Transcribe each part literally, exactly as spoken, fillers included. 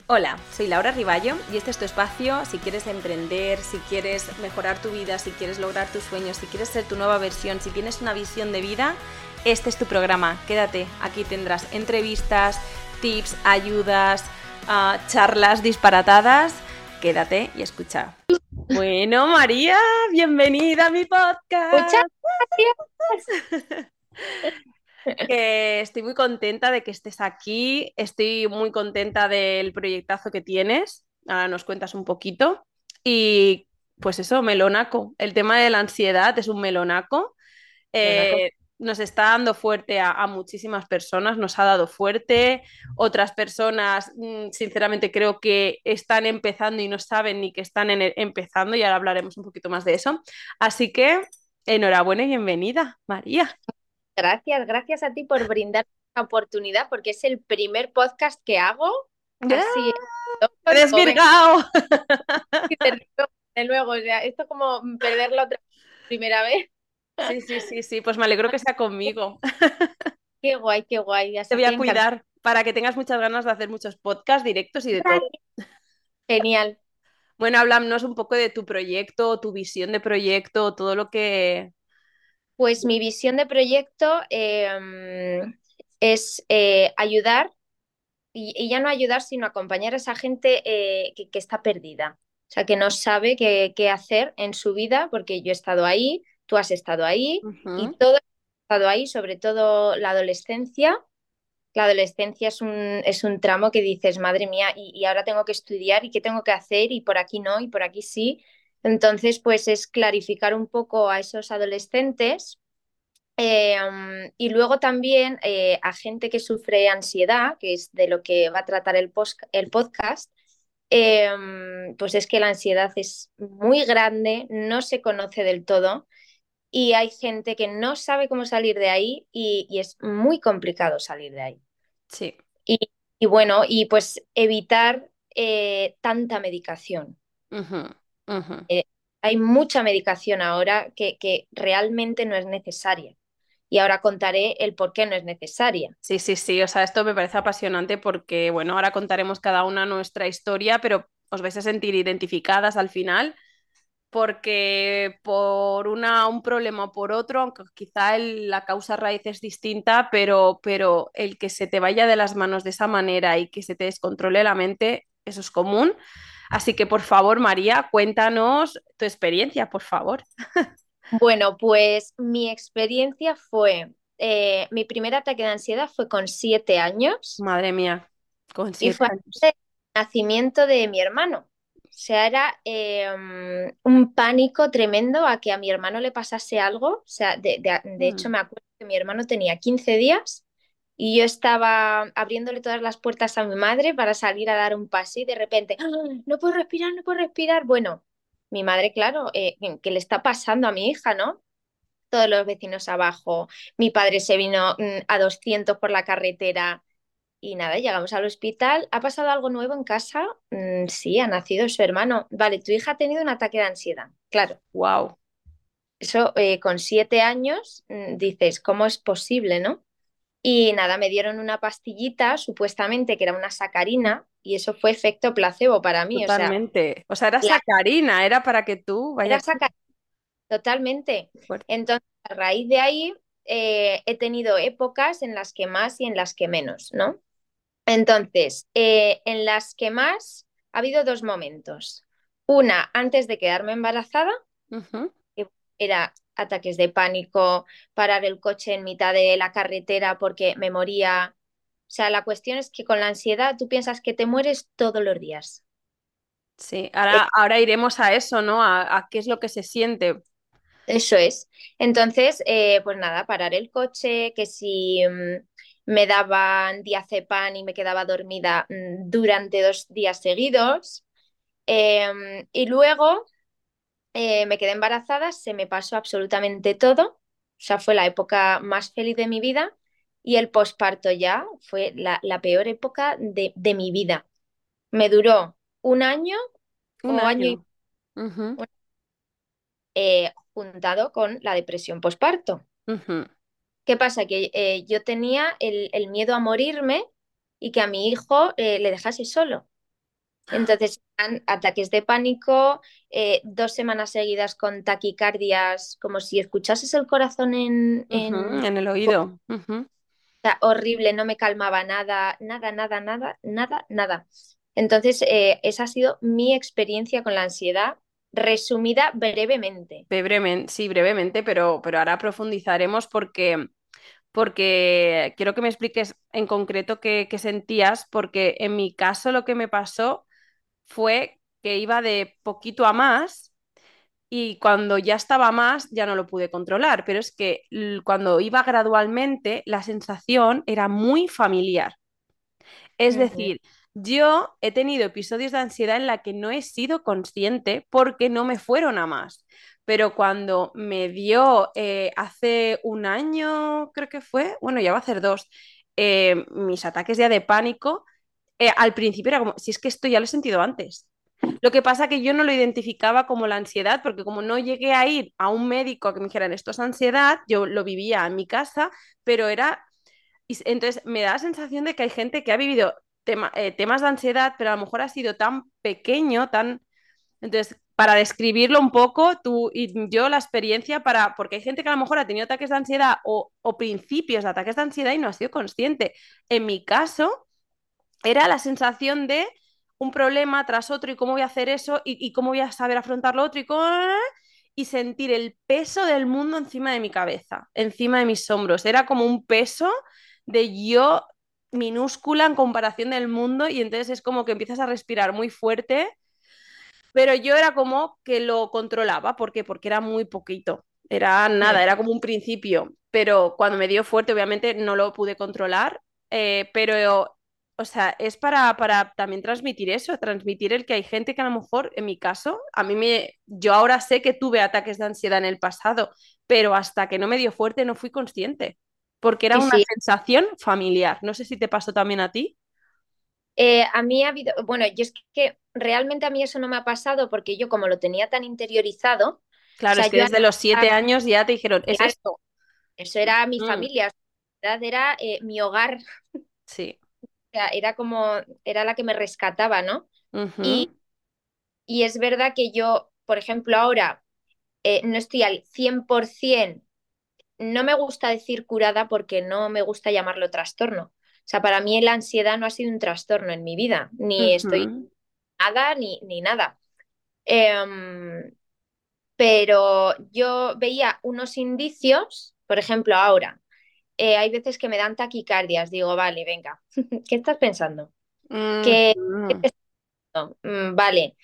Hola, soy Laura Riballo y este es tu espacio si quieres emprender, si quieres mejorar tu vida, si quieres lograr tus sueños, si quieres ser tu nueva versión, si tienes una visión de vida, este es tu programa. Quédate, aquí tendrás entrevistas, tips, ayudas, uh, charlas disparatadas. Quédate y escucha. Bueno, María, bienvenida a mi Muchas podcast. gracias. Que estoy muy contenta de que estés aquí, estoy muy contenta del proyectazo que tienes, ahora nos cuentas un poquito. Y pues eso, melonaco, el tema de la ansiedad es un melonaco. Una co- Eh, nos está dando fuerte a, a muchísimas personas, nos ha dado fuerte, otras personas mm, sinceramente creo que están empezando y no saben ni que están en el- empezando, y ahora hablaremos un poquito más de eso. Así que enhorabuena y bienvenida, María. Gracias, gracias a ti por brindar la oportunidad, porque es el primer podcast que hago ¡Ya! así. ¡Te he Digo, venga, desvirgado! y te digo de luego, o sea, esto es como perderla otra primera vez. Sí, sí, sí, sí, pues me alegro que sea conmigo. Qué guay, qué guay, Te así voy que a encantada. cuidar para que tengas muchas ganas de hacer muchos podcasts, directos y de todo. Genial. Bueno, háblanos un poco de tu proyecto, tu visión de proyecto, todo lo que... Pues mi visión de proyecto eh, es eh, ayudar, y, y ya no ayudar, sino acompañar a esa gente eh, que, que está perdida. O sea, que no sabe qué, qué hacer en su vida, porque yo he estado ahí, tú has estado ahí, y Ujú. todo ha estado ahí, sobre todo la adolescencia. La adolescencia es un, es un tramo que dices, madre mía, y, y ahora tengo que estudiar y qué tengo que hacer y por aquí no y por aquí sí. Entonces, pues es clarificar un poco a esos adolescentes eh, um, y luego también eh, a gente que sufre ansiedad, que es de lo que va a tratar el, post el podcast, eh, um, pues es que la ansiedad es muy grande, no se conoce del todo y hay gente que no sabe cómo salir de ahí y, y es muy complicado salir de ahí. Sí. Y, y bueno, y pues evitar eh, tanta medicación. Ujú, ujú. Eh, Hay mucha medicación ahora que, que realmente no es necesaria. Y ahora contaré el por qué no es necesaria. Sí, sí, sí, o sea, esto me parece apasionante porque, bueno, ahora contaremos cada una nuestra historia, pero os vais a sentir identificadas al final porque por una, un problema o por otro, aunque quizá el- la causa raíz es distinta, pero, pero el que se te vaya de las manos de esa manera y que se te descontrole la mente, eso es común. Así que, por favor, María, cuéntanos tu experiencia, por favor. Bueno, pues mi experiencia fue, eh, mi primer ataque de ansiedad fue con siete años Madre mía, con y siete fue años. antes del nacimiento de mi hermano. O sea, era eh, un pánico tremendo a que a mi hermano le pasase algo. O sea, de, de- de hecho Mm. me acuerdo que mi hermano tenía quince días y yo estaba abriéndole todas las puertas a mi madre para salir a dar un paseo y de repente, ¡ah! No puedo respirar, no puedo respirar. Bueno, mi madre, claro, eh, ¿qué le está pasando a mi hija, no? Todos los vecinos abajo, mi padre se vino mm, a doscientos por la carretera y nada, llegamos al hospital. ¿Ha pasado algo nuevo en casa? Mm, sí, ha nacido su hermano. Vale, tu hija ha tenido un ataque de ansiedad. Claro, Wow, eso eh, con siete años mm, dices, ¿cómo es posible, no? Y nada, me dieron una pastillita, supuestamente que era una sacarina, y eso fue efecto placebo para mí. O sea, totalmente. O sea, era la, sacarina, era para que tú, era vaya, sacarina totalmente. qué fuerte. Entonces, a raíz de ahí, eh, he tenido épocas en las que más y en las que menos, ¿no? Entonces, eh, en las que más ha habido dos momentos. Una, antes de quedarme embarazada, Ujú. que era ataques de pánico, parar el coche en mitad de la carretera porque me moría. O sea, la cuestión es que con la ansiedad tú piensas que te mueres todos los días. Sí, Eh, ahora, ahora iremos a eso, ¿no? A, a qué es lo que se siente. Eso es. Entonces, eh, pues nada, parar el coche, que si mm, me daban diazepam y me quedaba dormida mm, durante dos días seguidos. Eh, y luego eh, me quedé embarazada, se me pasó absolutamente todo, o sea, fue la época más feliz de mi vida y el posparto ya fue la, la peor época de, de mi vida. Me duró un año Un o año y año. Ujú, eh, juntado con la depresión posparto. ujú. ¿Qué pasa? Que eh, yo tenía el, el miedo a morirme y que a mi hijo eh, le dejase solo. Entonces, eran ataques de pánico, eh, dos semanas seguidas con taquicardias, como si escuchases el corazón en, Ujú, en... en el oído. Ujú. sea, horrible, no me calmaba nada, nada, nada, nada, nada, nada. Entonces, eh, esa ha sido mi experiencia con la ansiedad, resumida brevemente. Brevemente, sí, brevemente, pero, pero ahora profundizaremos porque, porque quiero que me expliques en concreto qué, qué sentías, porque en mi caso lo que me pasó fue que iba de poquito a más y cuando ya estaba más ya no lo pude controlar, pero es que l- cuando iba gradualmente la sensación era muy familiar. Es Ujú, decir, yo he tenido episodios de ansiedad en la que no he sido consciente porque no me fueron a más. Pero cuando me dio eh, hace un año, creo que fue, bueno, ya va a ser dos, eh, mis ataques ya de pánico, eh, al principio era como, si es que esto ya lo he sentido antes. Lo que pasa que yo no lo identificaba como la ansiedad, porque como no llegué a ir a un médico a que me dijeran esto es ansiedad, yo lo vivía en mi casa, pero era y entonces me da la sensación de que hay gente que ha vivido tema, eh, temas de ansiedad, pero a lo mejor ha sido tan pequeño, tan... Entonces, para describirlo un poco, tú y yo la experiencia para... Porque hay gente que a lo mejor ha tenido ataques de ansiedad o, o principios de ataques de ansiedad y no ha sido consciente. En mi caso, era la sensación de un problema tras otro y cómo voy a hacer eso y, y cómo voy a saber afrontar lo otro y, cómo... y sentir el peso del mundo encima de mi cabeza, encima de mis hombros. Era como un peso de yo minúscula en comparación del mundo y entonces es como que empiezas a respirar muy fuerte, pero yo era como que lo controlaba, ¿por qué? Porque era muy poquito, era ujú. nada, era como un principio, pero cuando me dio fuerte obviamente no lo pude controlar, eh, pero, o sea, es para, para también transmitir eso, transmitir el que hay gente que a lo mejor, en mi caso, a mí me, yo ahora sé que tuve ataques de ansiedad en el pasado, pero hasta que no me dio fuerte no fui consciente, porque era Sí, una sí. sensación familiar. No sé si te pasó también a ti. Eh, a mí ha habido, bueno, yo es que realmente a mí eso no me ha pasado porque yo como lo tenía tan interiorizado, o Claro, sea, es que yo desde los siete años ya te dijeron, es esto. eso era mi Mm, familia, o sea, era eh, mi hogar, sí. o sea, era como, era la que me rescataba, ¿no? Ujú, Y, y es verdad que yo, por ejemplo, ahora eh, no estoy al cien por ciento, no me gusta decir curada porque no me gusta llamarlo trastorno. O sea, para mí la ansiedad no ha sido un trastorno en mi vida, ni estoy ujú. nada, ni, ni nada. Em, pero yo veía unos indicios, por ejemplo, ahora, eh, hay veces que me dan taquicardias, digo, vale, venga, ¿qué estás pensando? ¿Qué, qué Ujú, te está pasando? Mm, vale.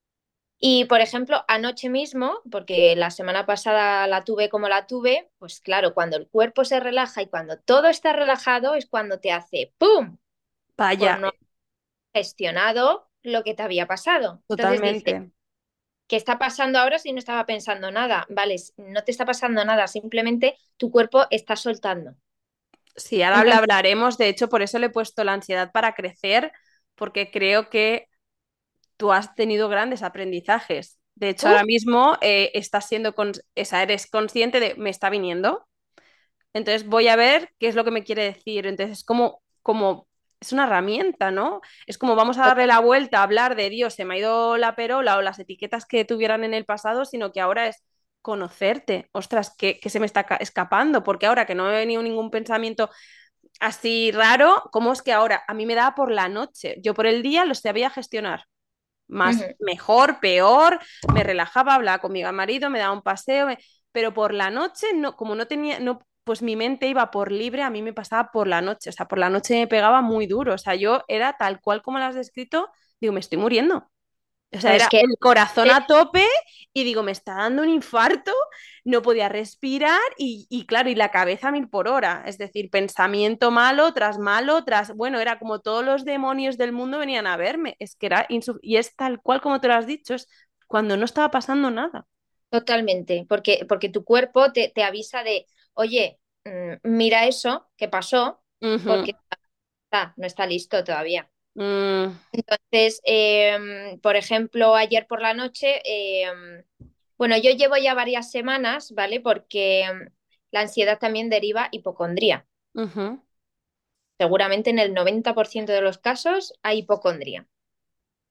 Y, por ejemplo, anoche mismo, porque la semana pasada la tuve como la tuve, pues claro, cuando el cuerpo se relaja y cuando todo está relajado es cuando te hace ¡pum! Por vaya, no haber gestionado lo que te había pasado. Entonces dices, totalmente. ¿qué está pasando ahora si no estaba pensando nada? Vale, no te está pasando nada, simplemente tu cuerpo está soltando. Sí, ahora habla- Entonces, hablaremos. De hecho, por eso le he puesto la ansiedad para crecer, porque creo que tú has tenido grandes aprendizajes. De hecho, ¡uh! ahora mismo eh, estás siendo, cons- esa, eres consciente de, me está viniendo. Entonces voy a ver qué es lo que me quiere decir. Entonces es como, como, es una herramienta, ¿no? Es como vamos a darle la vuelta a hablar de Dios, se me ha ido la perola o las etiquetas que tuvieran en el pasado, sino que ahora es conocerte. Ostras, que, que se me está ca- escapando, porque ahora que no he venido ningún pensamiento así raro, ¿cómo es que ahora a mí me da por la noche? Yo por el día lo sabía gestionar. Más Ujú. mejor, peor, me relajaba, hablaba con mi marido, me daba un paseo, me- pero por la noche, no, como no tenía, no, pues mi mente iba por libre, a mí me pasaba por la noche, o sea, por la noche me pegaba muy duro, o sea, yo era tal cual como lo has descrito, digo, me estoy muriendo. O sea, Es era que el corazón a tope y digo, me está dando un infarto, no podía respirar y, y claro, y la cabeza a mil por hora, es decir, pensamiento malo tras malo, tras, bueno, era como todos los demonios del mundo venían a verme, es que era, insu- y es tal cual como te lo has dicho, es cuando no estaba pasando nada. totalmente, porque, porque tu cuerpo te, te avisa de, oye, mm, mira eso que pasó, Ujú, porque está, no está listo todavía. mm, Entonces, em, por ejemplo, ayer por la noche, em, bueno, yo llevo ya varias semanas, ¿vale? Porque em, la ansiedad también deriva hipocondría. ujú, Seguramente en el noventa por ciento de los casos hay hipocondría.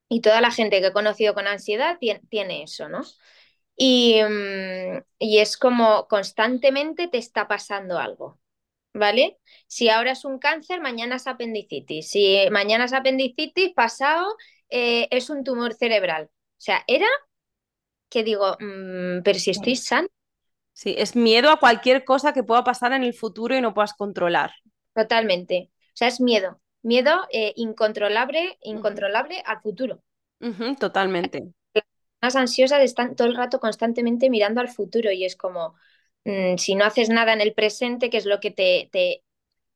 Y toda la gente que he conocido con ansiedad tiene, tiene eso, ¿no? Y, mm, y es como constantemente te está pasando algo, ¿vale? Si ahora es un cáncer, mañana es apendicitis. Si mañana es apendicitis, pasado eh, es un tumor cerebral. O sea, era que digo, mm, pero si estoy Sí. sana, Sí, es miedo a cualquier cosa que pueda pasar en el futuro y no puedas controlar. totalmente. O sea, es miedo. Miedo eh, incontrolable, Ujú, incontrolable al futuro. ujú, totalmente. Las ansiosas están todo el rato constantemente mirando al futuro y es como, mm, si no haces nada en el presente, que es lo que te, te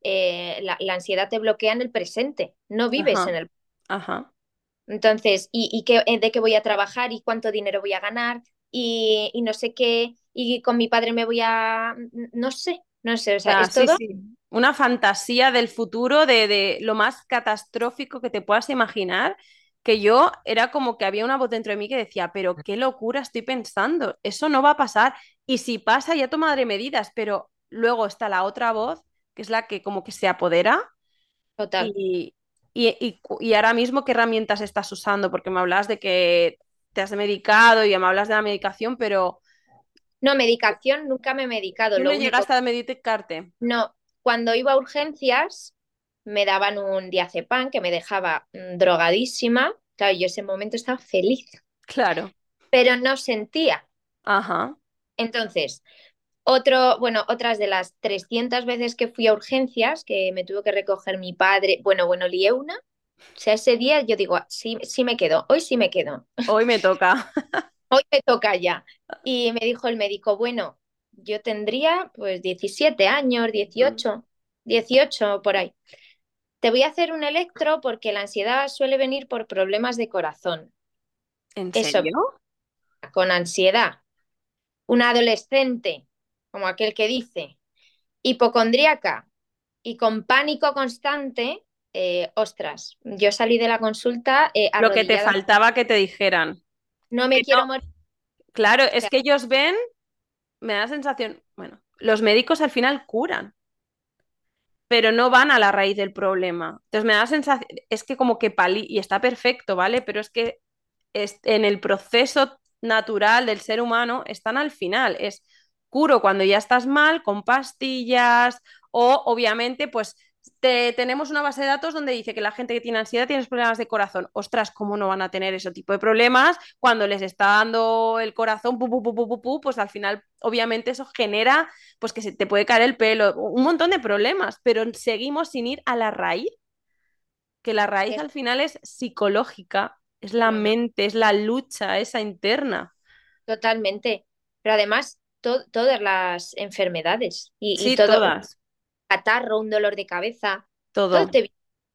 eh, la, la ansiedad te bloquea en el presente, no vives en Ajá, el... ajá. Entonces, ¿y, y qué, eh, de qué voy a trabajar y cuánto dinero voy a ganar y, y no sé qué, y con mi padre me voy a... no sé, no sé, o sea, Ya, es sí, todo sí. Una fantasía del futuro de, de lo más catastrófico que te puedas imaginar, que yo era como que había una voz dentro de mí que decía, pero qué locura estoy pensando, eso no va a pasar. Y si pasa, ya tomaré medidas, pero luego está la otra voz, que es la que como que se apodera. total. Y, y, y, y ahora mismo, ¿qué herramientas estás usando? Porque me hablas de que te has medicado y ya me hablas de la medicación, pero No, medicación, nunca me he medicado, tú no lo único, llegaste a medicarte. no, cuando iba a urgencias me daban un diazepam que me dejaba mm, drogadísima, claro, yo ese momento estaba feliz, Claro. pero no sentía. Ajá. Entonces, otro, bueno, otras de las trescientas veces que fui a urgencias, que me tuvo que recoger mi padre, bueno, bueno, lié una, o sea, ese día yo digo, "Ah, sí, sí me quedo, hoy sí me quedo, Hoy me toca. hoy me toca ya". Y me dijo el médico, bueno, yo tendría pues diecisiete años, Mm. dieciocho dieciocho por ahí. Te voy a hacer un electro porque la ansiedad suele venir por problemas de corazón. ¿En Eso, serio? con ansiedad. Una adolescente, como aquel que dice, hipocondríaca y con pánico constante, eh, ostras, yo salí de la consulta eh, Lo que te arrodillada. faltaba que te dijeran. No Que me no. quiero morir. Claro, O es sea, que ellos ven, me da la sensación, bueno, los médicos al final curan, pero no van a la raíz del problema. Entonces me da la sensación, es que como que pali, y está perfecto, ¿vale? Pero es que es, en el proceso natural del ser humano están al final. Es curo cuando ya estás mal, con pastillas, o obviamente, pues te, tenemos una base de datos donde dice que la gente que tiene ansiedad tiene problemas de corazón. Ostras, ¿cómo no van a tener ese tipo de problemas cuando les está dando el corazón? Pu, pu, pu, pu, pu, pu, pues al final, obviamente, eso genera pues que se te puede caer el pelo, un montón de problemas, pero seguimos sin ir a la raíz, que la raíz es al final es psicológica, es la no, no, mente, es la lucha esa interna. totalmente. Pero además, to- todas las enfermedades y, y Sí, todo, un todas, catarro, un dolor de cabeza, todo todo. te viene.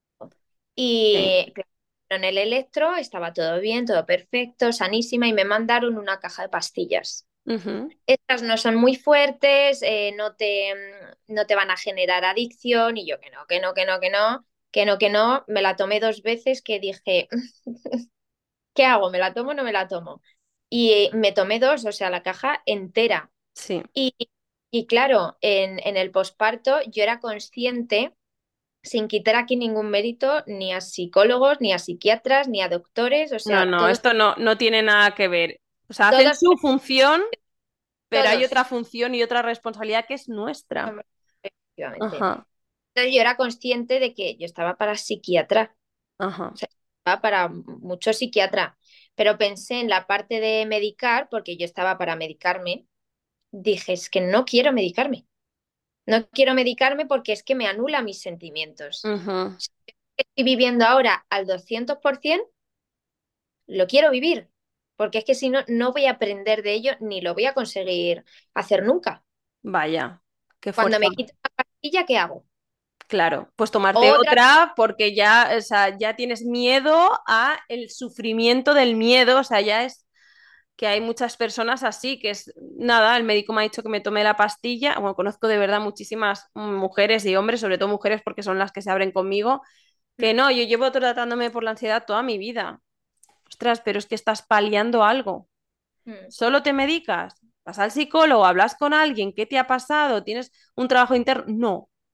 Sí. Y claro, en el electro estaba todo bien, todo perfecto, sanísima, y me mandaron una caja de pastillas. Ujú. Estas no son muy fuertes, eh, no te, mm, no te van a generar adicción, y yo que no, que no, que no, que no, que no, que no. Me la tomé dos veces que dije, ¿qué hago? ¿Me la tomo o no me la tomo? Y me tomé dos, o sea, la caja entera. Sí. Y, y claro, en, en el posparto yo era consciente, sin quitar aquí ningún mérito, ni a psicólogos, ni a psiquiatras, ni a doctores, o No, sea, no, todos, esto no, no tiene nada que ver. O sea, hacen todos, su función, pero hay todos. otra función y otra responsabilidad que es nuestra. Efectivamente. Ajá, Entonces yo era consciente de que yo estaba para psiquiatra, ajá. o sea, estaba para mucho psiquiatra, pero pensé en la parte de medicar, porque yo estaba para medicarme, dije, es que no quiero medicarme, no quiero medicarme porque es que me anula mis sentimientos. Ujú. Si estoy viviendo ahora al doscientos por ciento, lo quiero vivir, porque es que si no, no voy a aprender de ello ni lo voy a conseguir hacer nunca. Vaya, qué Cuando fuerza. me quito la pastilla, ¿qué hago? Claro, pues tomarte Otra, otra porque ya, o sea, ya tienes miedo a el sufrimiento del miedo, o sea, ya es que hay muchas personas así, que es nada, el médico me ha dicho que me tome la pastilla, bueno, conozco de verdad muchísimas mujeres y hombres, sobre todo mujeres porque son las que se abren conmigo, que no, yo llevo tratándome por la ansiedad toda mi vida. Ostras, pero es que estás paliando algo. mm, ¿Solo te medicas? ¿Vas al psicólogo? ¿Hablas con alguien? ¿Qué te ha pasado? ¿Tienes un trabajo interno? No.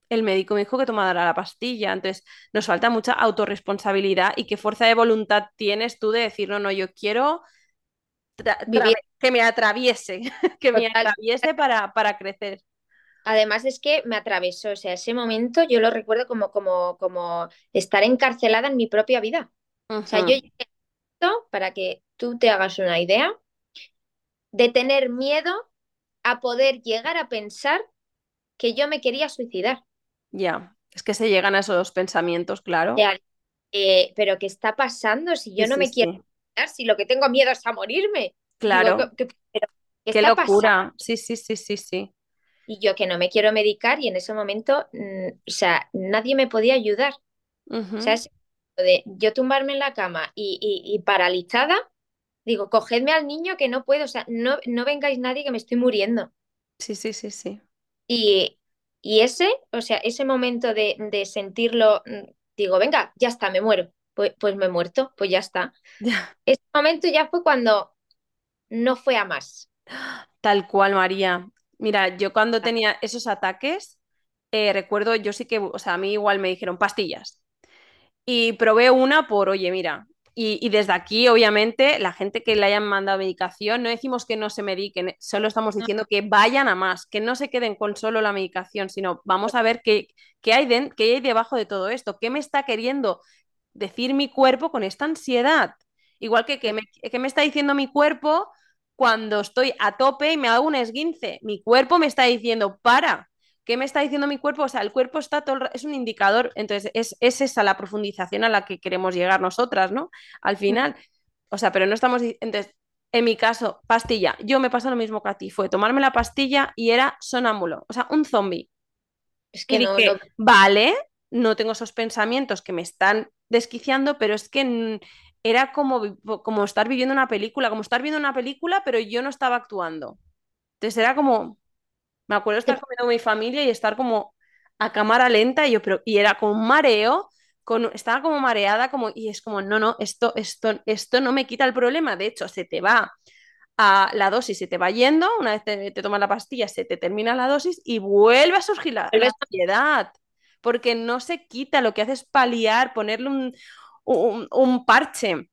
el médico me dijo que tomara la pastilla. Entonces, nos falta mucha autorresponsabilidad y qué fuerza de voluntad tienes tú de decir, no, no, yo quiero tra- Vivir tra- que me atraviese, que me total. atraviese para, para crecer. Además es que me atravesó, o sea, ese momento yo lo recuerdo como, como, como estar encarcelada en mi propia vida. O sea, yo Ujú. llegué a esto, para que tú te hagas una idea, de tener miedo a poder llegar a pensar que yo me quería suicidar. Ya, es que se llegan a esos pensamientos, O claro. sea, eh, pero ¿qué está pasando si Sí, yo no sí, me quiero sí, suicidar? Si lo que tengo miedo es a morirme. Digo, ¿qué, claro. qué- pero, ¿qué Qué está pasando? locura. Sí, sí, sí, sí, sí. Y yo que no me quiero medicar y en ese momento, mm, o sea, nadie me podía ayudar. O sea, Ujú. ese momento de yo tumbarme en la cama y, y- y paralizada, digo, cogedme al niño que no puedo, o sea, no, no vengáis nadie que me estoy muriendo. Sí, sí, sí, sí. Y, y ese, o sea, ese momento de, de sentirlo, mm, digo, venga, ya está, me muero. Pues, pues me he muerto, pues ya está. Ese momento ya fue cuando no fue a más. Tal cual, María. Mira, yo cuando tenía esos ataques, eh, recuerdo, yo sí que, o sea, a mí igual me dijeron pastillas. Y probé una por, oye, mira, y, y desde aquí, obviamente, la gente que le hayan mandado medicación, no decimos que no se mediquen, solo estamos diciendo que vayan a más, que no se queden con solo la medicación, sino vamos a ver qué, qué hay, den- qué hay debajo de todo esto, qué me está queriendo decir mi cuerpo con esta ansiedad. Igual que, que me, que me está diciendo mi cuerpo cuando estoy a tope y me hago un esguince. Mi cuerpo me está diciendo, para. ¿Qué me está diciendo mi cuerpo? O sea, el cuerpo está todo, es un indicador, entonces es, es esa la profundización a la que queremos llegar nosotras, ¿no? Al final, o sea, pero no estamos, entonces, en mi caso, pastilla, yo me pasó lo mismo que a ti, fue tomarme la pastilla y era sonámbulo, o sea, un zombie. Es Y que no, dije, no, vale, no tengo esos pensamientos que me están desquiciando, pero es que mm, era como, vi- como estar viviendo una película, como estar viendo una película, pero yo no estaba actuando. Entonces era como, me acuerdo estar comiendo con mi familia y estar como a cámara lenta y yo, pero, y era con un mareo, con, estaba como mareada, como, y es como, no, no, esto, esto, esto no me quita el problema, de hecho, se te va a la dosis, se te va yendo, una vez te, te tomas la pastilla, se te termina la dosis y vuelve a surgir la, la vuelves- ansiedad, porque no se quita, lo que hace es paliar, ponerle un, un, un parche.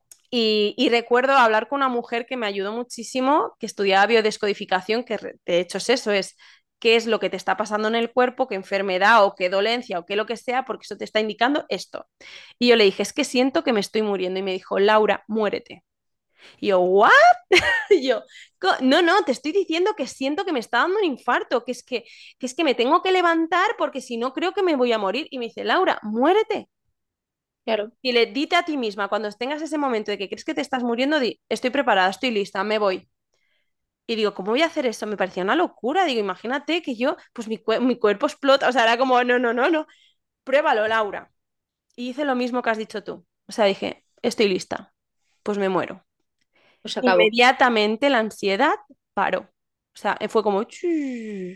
Y, y, recuerdo hablar con una mujer que me ayudó muchísimo, que estudiaba biodescodificación, que de hecho es eso, es qué es lo que te está pasando en el cuerpo, qué enfermedad o qué dolencia o qué lo que sea, porque eso te está indicando esto. Y yo le dije, es que siento que me estoy muriendo. Y me dijo, Laura, muérete. Y yo, ¿what? Y yo, no, no, te estoy diciendo que siento que me está dando un infarto, que es que, que es que me tengo que levantar porque si no creo que me voy a morir. Y me dice, Laura, muérete. claro, Y le dite a ti misma, cuando tengas ese momento de que crees que te estás muriendo, di, estoy preparada, estoy lista, me voy. Y digo, ¿cómo voy a hacer eso? Me parecía una locura. Digo, imagínate que yo, pues mi, cue- mi cuerpo explota. O sea, era como, no, no, no, no. Pruébalo, Laura. Y hice lo mismo que has dicho tú. O sea, dije, estoy lista. Pues me muero. pues acabó. Inmediatamente la ansiedad paró. O sea, fue como... "Chush".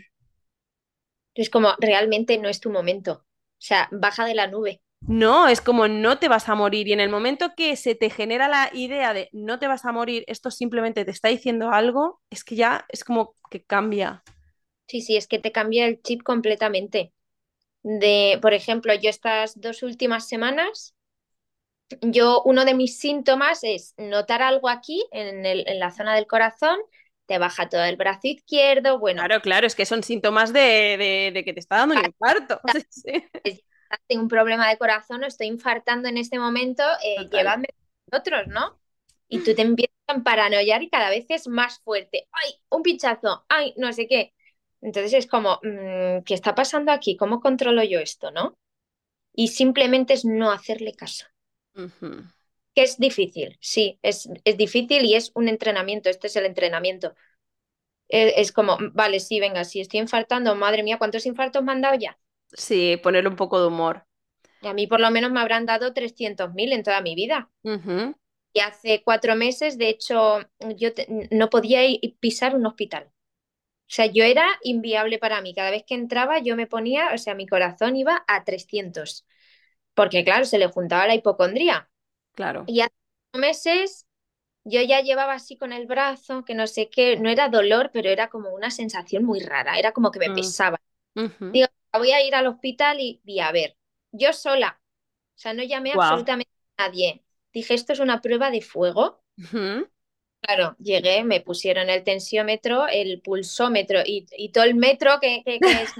Es como, realmente no es tu momento. O sea, baja de la nube. No, es como no te vas a morir. Y en el momento que se te genera la idea de no te vas a morir, esto simplemente te está diciendo algo, es que ya es como que cambia. Sí, sí, es que te cambia el chip completamente. De, por ejemplo, yo estas dos últimas semanas, yo uno de mis síntomas es notar algo aquí en el- en la zona del corazón, te baja todo el brazo izquierdo, bueno, Claro, claro, es que son síntomas de, de- de que te está dando un infarto. Sí, sí, es- tengo un problema de corazón o estoy infartando en este momento, eh, total. llevadme a otros, ¿no? Y tú te empiezas a paranoiar y cada vez es más fuerte. ¡Ay, un pinchazo! ¡Ay, no sé qué! Entonces es como, mm, ¿qué está pasando aquí? ¿Cómo controlo yo esto, no? Y simplemente es no hacerle caso. Ujú. Que es difícil, sí, es, es difícil y es un entrenamiento, este es el entrenamiento. Es, es como, vale, sí, venga, si estoy infartando, madre mía, ¿cuántos infartos me han dado ya? Sí, ponerle un poco de humor. A mí por lo menos me habrán dado trescientos mil en toda mi vida. Ujú. Y hace cuatro meses, de hecho, yo te- no podía ir- pisar un hospital. O sea, yo era inviable para mí. Cada vez que entraba yo me ponía, o sea, mi corazón iba a trescientos. Porque claro, se le juntaba la hipocondría. Claro. Y hace meses yo ya llevaba así con el brazo, que no sé qué, no era dolor, pero era como una sensación muy rara, era como que me Mm. pesaba. Ujú. Digo, voy a ir al hospital y, y a ver, yo sola, o sea, no llamé Wow. absolutamente a nadie. Dije, esto es una prueba de fuego. Claro, llegué, me pusieron el tensiómetro, el pulsómetro y, y todo el metro que, que, que es.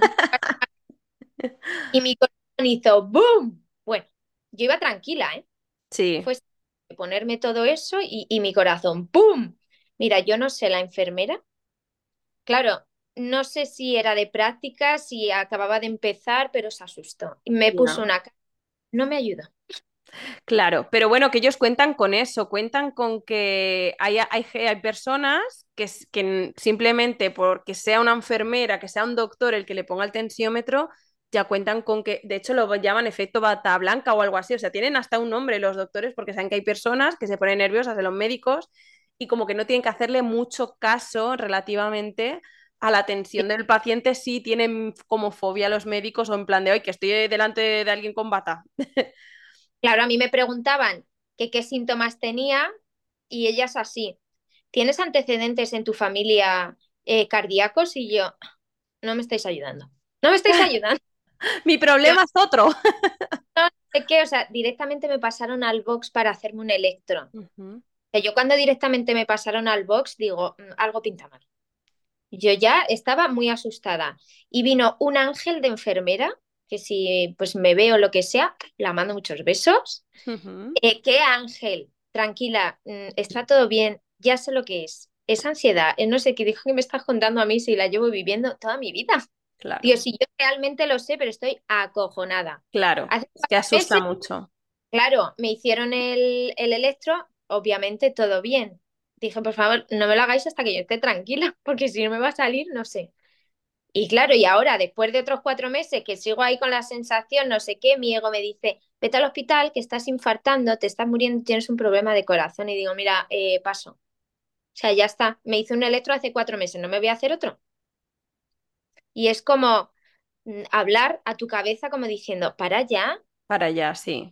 Y mi corazón hizo ¡boom! Bueno, yo iba tranquila, ¿eh? Sí, Fue ponerme todo eso y, y mi corazón ¡pum! Mira, yo no sé, la enfermera, claro, no sé si era de práctica, si acababa de empezar, pero se asustó. Y me puso ya. una cara, no me ayudó. Claro, pero bueno, que ellos cuentan con eso, cuentan con que hay, hay, hay personas que, s- que n- simplemente porque sea una enfermera, que sea un doctor el que le ponga el tensiómetro, ya cuentan con que, de hecho lo llaman efecto bata blanca o algo así, o sea, tienen hasta un nombre los doctores porque saben que hay personas que se ponen nerviosas de los médicos y como que no tienen que hacerle mucho caso relativamente a la tensión del paciente si tienen como fobia a los médicos o en plan de hoy que estoy delante de alguien con bata. Claro, a mí me preguntaban que qué síntomas tenía y ellas así. ¿Tienes antecedentes en tu familia eh, cardíacos? Y yo, no me estáis ayudando. No me estáis ayudando. Mi Yo problema es otro. no sé qué, o sea, directamente me pasaron al box para hacerme un electro. O Ujú, sea, yo cuando directamente me pasaron al box digo, "Mm, algo pinta mal". Yo ya estaba muy asustada y vino un ángel de enfermera, que si pues me veo lo que sea, la mando muchos besos. ujú. Eh, ¿qué ángel? Tranquila, mm, está todo bien, ya sé lo que es. Es ansiedad, eh, no sé qué dijo que me estás contando a mí si la llevo viviendo toda mi vida. Dios, Claro, si yo realmente lo sé, pero estoy acojonada. claro. Hace Es que cuatro asusta meses, mucho. claro, me hicieron el, el electro, obviamente todo bien. Dije, por favor, no me lo hagáis hasta que yo esté tranquila, porque si no me va a salir, no sé. Y claro, y ahora, después de otros cuatro meses que sigo ahí con la sensación, no sé qué, mi ego me dice, vete al hospital, que estás infartando, te estás muriendo, tienes un problema de corazón. Y digo, mira, eh, paso. O sea, ya está. Me hice un electro hace cuatro meses, no me voy a hacer otro. Y es como mm, hablar a tu cabeza como diciendo, para ya, Para allá, sí.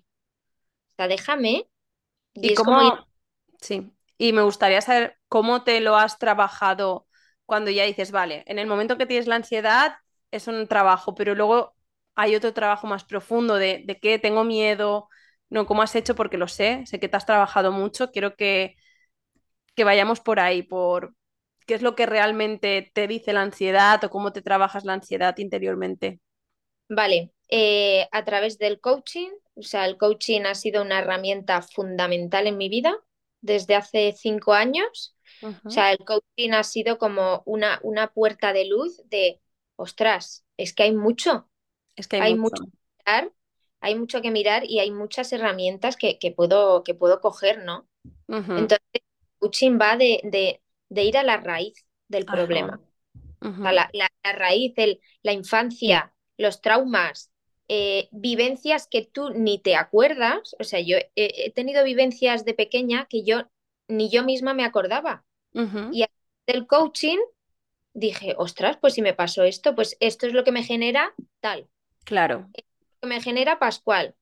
o sea, déjame. Y ¿Y es como ir, cómo? Sí. Y me gustaría saber cómo te lo has trabajado cuando ya dices, vale, en el momento que tienes la ansiedad es un trabajo, pero luego hay otro trabajo más profundo de, de qué tengo miedo, no, cómo has hecho, porque lo sé, sé que te has trabajado mucho, quiero que, que vayamos por ahí, por qué es lo que realmente te dice la ansiedad o cómo te trabajas la ansiedad interiormente. vale, eh, a través del coaching, o sea, el coaching ha sido una herramienta fundamental en mi vida desde hace cinco años. O Ujú. sea, el coaching ha sido como una, una puerta de luz de, ostras, es que hay mucho, Es que hay hay mucho. mucho que mirar, hay mucho que mirar y hay muchas herramientas que, que puedo, que puedo coger, ¿no? Ujú. Entonces, el coaching va de, de, de ir a la raíz del Ajá. problema. O sea, Ujú. la, la- la raíz, el- la infancia, los traumas, eh, vivencias que tú ni te acuerdas. O sea, yo he, he tenido vivencias de pequeña que yo ni yo misma me acordaba. Ujú. Y a través del coaching dije, ostras, pues si me pasó esto, pues esto es lo que me genera tal, Claro. que me genera Pascual.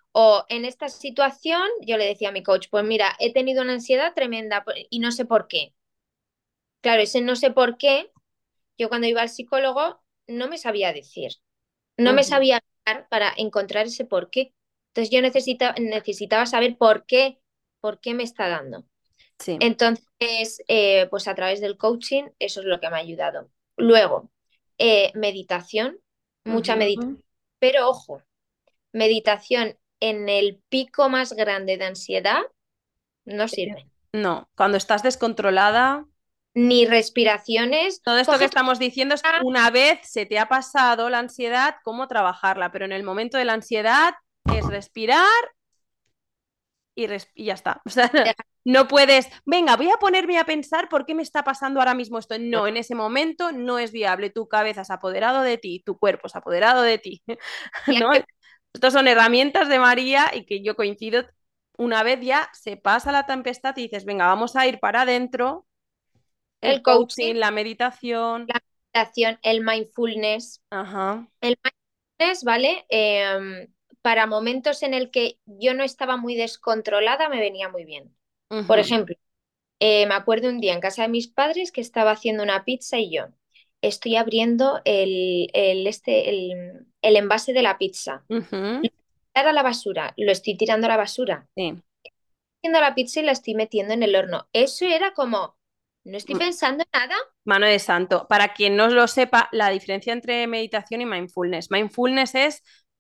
O en esta situación, yo le decía a mi coach, pues mira, he tenido una ansiedad tremenda pues, y no sé por qué. Claro, ese no sé por qué, yo cuando iba al psicólogo no me sabía decir. No me Ujú. sabía guiar para encontrar ese por qué. Entonces yo necesita, necesitaba saber por qué, por qué me está dando. Sí. Entonces, eh, pues a través del coaching, eso es lo que me ha ayudado. Luego, eh, meditación, mucha meditación. Ujú. Pero ojo, meditación en el pico más grande de ansiedad no sirve. No, cuando estás descontrolada, Ni respiraciones. todo esto que Coge tu... estamos diciendo es una vez se te ha pasado la ansiedad, cómo trabajarla, pero en el momento de la ansiedad es respirar y, res- y ya está. O sea, no puedes, venga, voy a ponerme a pensar por qué me está pasando ahora mismo esto. No, en ese momento no es viable. Tu cabeza se ha apoderado de ti, tu cuerpo se ha apoderado de ti. ¿No? Estas son herramientas de María y que yo coincido. Una vez ya se pasa la tempestad y dices, venga, vamos a ir para adentro, el El coaching, coaching, la meditación. la meditación, el mindfulness. Ajá. El mindfulness, ¿vale? Eh, para momentos en el que yo no estaba muy descontrolada, me venía muy bien. Por Ujú. ejemplo, eh, me acuerdo un día en casa de mis padres que estaba haciendo una pizza y yo estoy abriendo el, el, este, el, el envase de la pizza. Ujú, Lo tirar a la basura, lo estoy tirando a la basura. sí. Haciendo la pizza y la estoy metiendo en el horno. Eso era como, no estoy pensando en nada. Mano de santo. Para quien no lo sepa, la diferencia entre meditación y mindfulness. Mindfulness es,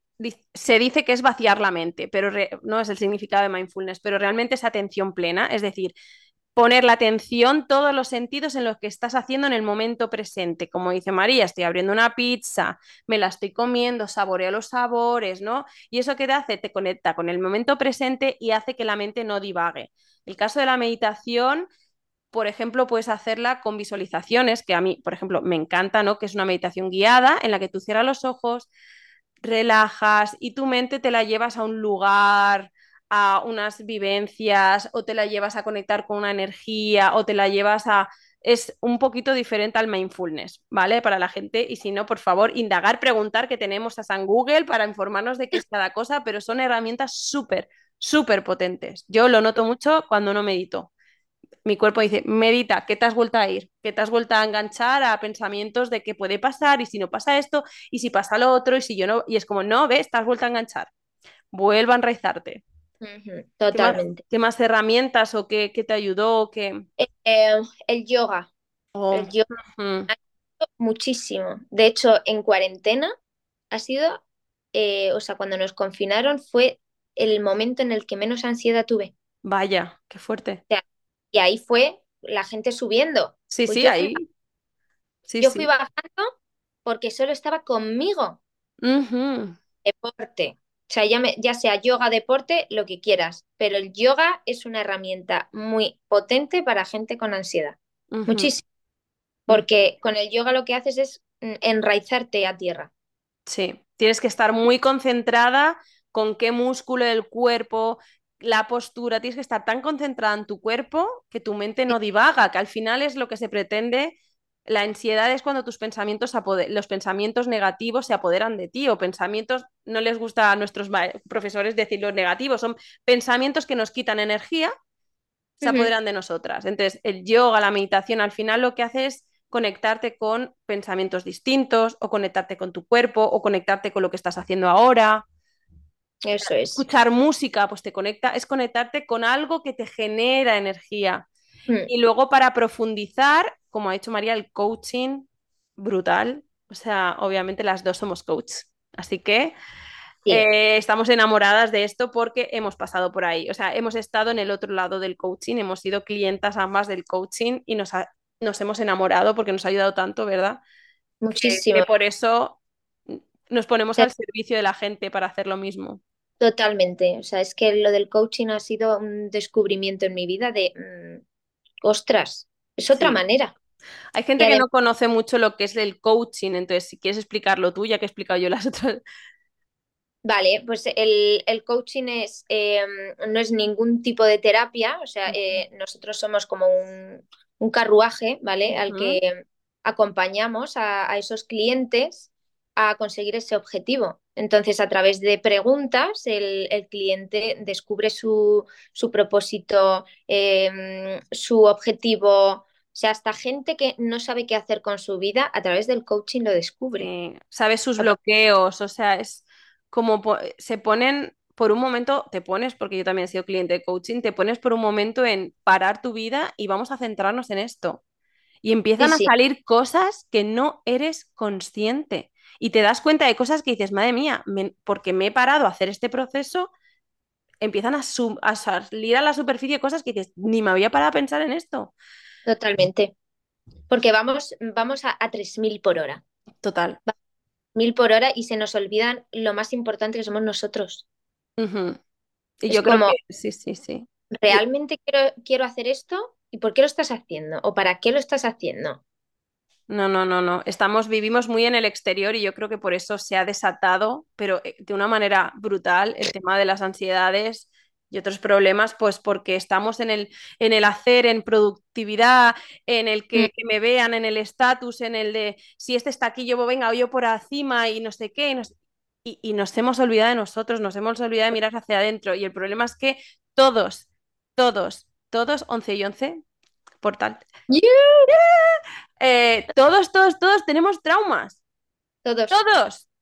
se dice que es vaciar la mente, pero re, no es el significado de mindfulness, pero realmente es atención plena, es decir, poner la atención, todos los sentidos en lo que estás haciendo en el momento presente. Como dice María, estoy abriendo una pizza, me la estoy comiendo, saboreo los sabores, ¿no? Y eso que te hace, te conecta con el momento presente y hace que la mente no divague. El caso de la meditación, por ejemplo, puedes hacerla con visualizaciones, que a mí, por ejemplo, me encanta, ¿no? Que es una meditación guiada en la que tú cierras los ojos, relajas y tu mente te la llevas a un lugar, a unas vivencias, o te la llevas a conectar con una energía, o te la llevas a... Es un poquito diferente al mindfulness, ¿vale? Para la gente. Y si no, por favor, indagar, preguntar, que tenemos a San Google para informarnos de qué es cada cosa, pero son herramientas súper, súper potentes. Yo lo noto mucho cuando no medito. Mi cuerpo dice, medita, ¿qué te has vuelto a ir? ¿Qué te has vuelto a enganchar a pensamientos de qué puede pasar? Y si no pasa esto, y si pasa lo otro, y si yo no, y es como, no, ves, te has vuelto a enganchar. Vuelva a enraizarte. Ujú, ¿Qué más, totalmente. qué más herramientas o qué, qué te ayudó? O qué... Eh, eh, el yoga, Oh, el yoga ujú. muchísimo. De hecho, en cuarentena ha sido, eh, o sea, cuando nos confinaron fue el momento en el que menos ansiedad tuve. Vaya, qué fuerte. O sea, y ahí fue la gente subiendo. Sí, Pues sí, yo fui, ahí. Sí, yo fui sí. bajando porque solo estaba conmigo. Ujú, Deporte. O sea, ya, me- ya sea yoga, deporte, lo que quieras. Pero el yoga es una herramienta muy potente para gente con ansiedad. ujú, Muchísimo. ujú. Porque con el yoga lo que haces es mm, enraizarte a tierra. Sí, tienes que estar muy concentrada con qué músculo del cuerpo, la postura, tienes que estar tan concentrada en tu cuerpo que tu mente no divaga, que al final es lo que se pretende. La ansiedad es cuando tus pensamientos, apode- los pensamientos negativos se apoderan de ti, o pensamientos, no les gusta a nuestros ma- profesores decir los negativos, son pensamientos que nos quitan energía, se Ujú. apoderan de nosotras. Entonces, el yoga, la meditación, al final lo que hace es conectarte con pensamientos distintos, o conectarte con tu cuerpo, o conectarte con lo que estás haciendo ahora. Eso es. Escuchar música, pues te conecta, es conectarte con algo que te genera energía. Mm, Y luego para profundizar, como ha dicho María, el coaching, brutal. O sea, obviamente las dos somos coaches. Así que sí, eh, estamos enamoradas de esto porque hemos pasado por ahí. O sea, hemos estado en el otro lado del coaching, hemos sido clientas ambas del coaching y nos, ha- nos hemos enamorado porque nos ha ayudado tanto, ¿verdad? Que, que muchísimo. por eso nos ponemos al servicio de la gente para hacer lo mismo. Totalmente. O sea, es que lo del coaching ha sido un descubrimiento en mi vida de, mm, ostras, es otra Sí. manera. Hay Y gente que además, no conoce mucho lo que es el coaching, entonces si quieres explicarlo tú, ya que he explicado yo las otras. vale, pues el, el coaching es, eh, no es ningún tipo de terapia, o sea, eh, nosotros somos como un, un carruaje, ¿vale? Al Ujú. que acompañamos a, a esos clientes a conseguir ese objetivo. Entonces, a través de preguntas, el, el cliente descubre su, su propósito, eh, su objetivo. O sea, hasta gente que no sabe qué hacer con su vida, a través del coaching lo descubre. Sí, sabe sus bloqueos, o sea, es como po- se ponen por un momento, te pones, porque yo también he sido cliente de coaching, te pones por un momento en parar tu vida y vamos a centrarnos en esto. Y Sí, empiezan a sí, salir cosas que no eres consciente. Y te das cuenta de cosas que dices, madre mía, me- porque me he parado a hacer este proceso, empiezan a, su- a salir a la superficie cosas que dices, ni me había parado a pensar en esto. totalmente. Porque vamos, vamos a, a tres mil por hora. Total. Mil por hora y se nos olvidan lo más importante que somos nosotros. Ujú. Y Es yo creo que como, sí, sí, sí. ¿realmente quiero, quiero hacer esto? ¿Y por qué lo estás haciendo? ¿O para qué lo estás haciendo? No, no, no, no. Estamos, vivimos muy en el exterior y yo creo que por eso se ha desatado, pero eh, de una manera brutal, el tema de las ansiedades y otros problemas, pues porque estamos en el, en el hacer, en productividad, en el Mm, que, que me vean, en el estatus, en el de si este está aquí, yo venga, o yo por encima y no sé qué, y nos, y, y nos hemos olvidado de nosotros, nos hemos olvidado de mirar hacia adentro. Y el problema es que todos, todos, todos, once y once por tal. yeah. Eh, todos, todos, todos tenemos traumas. Todos, Todos.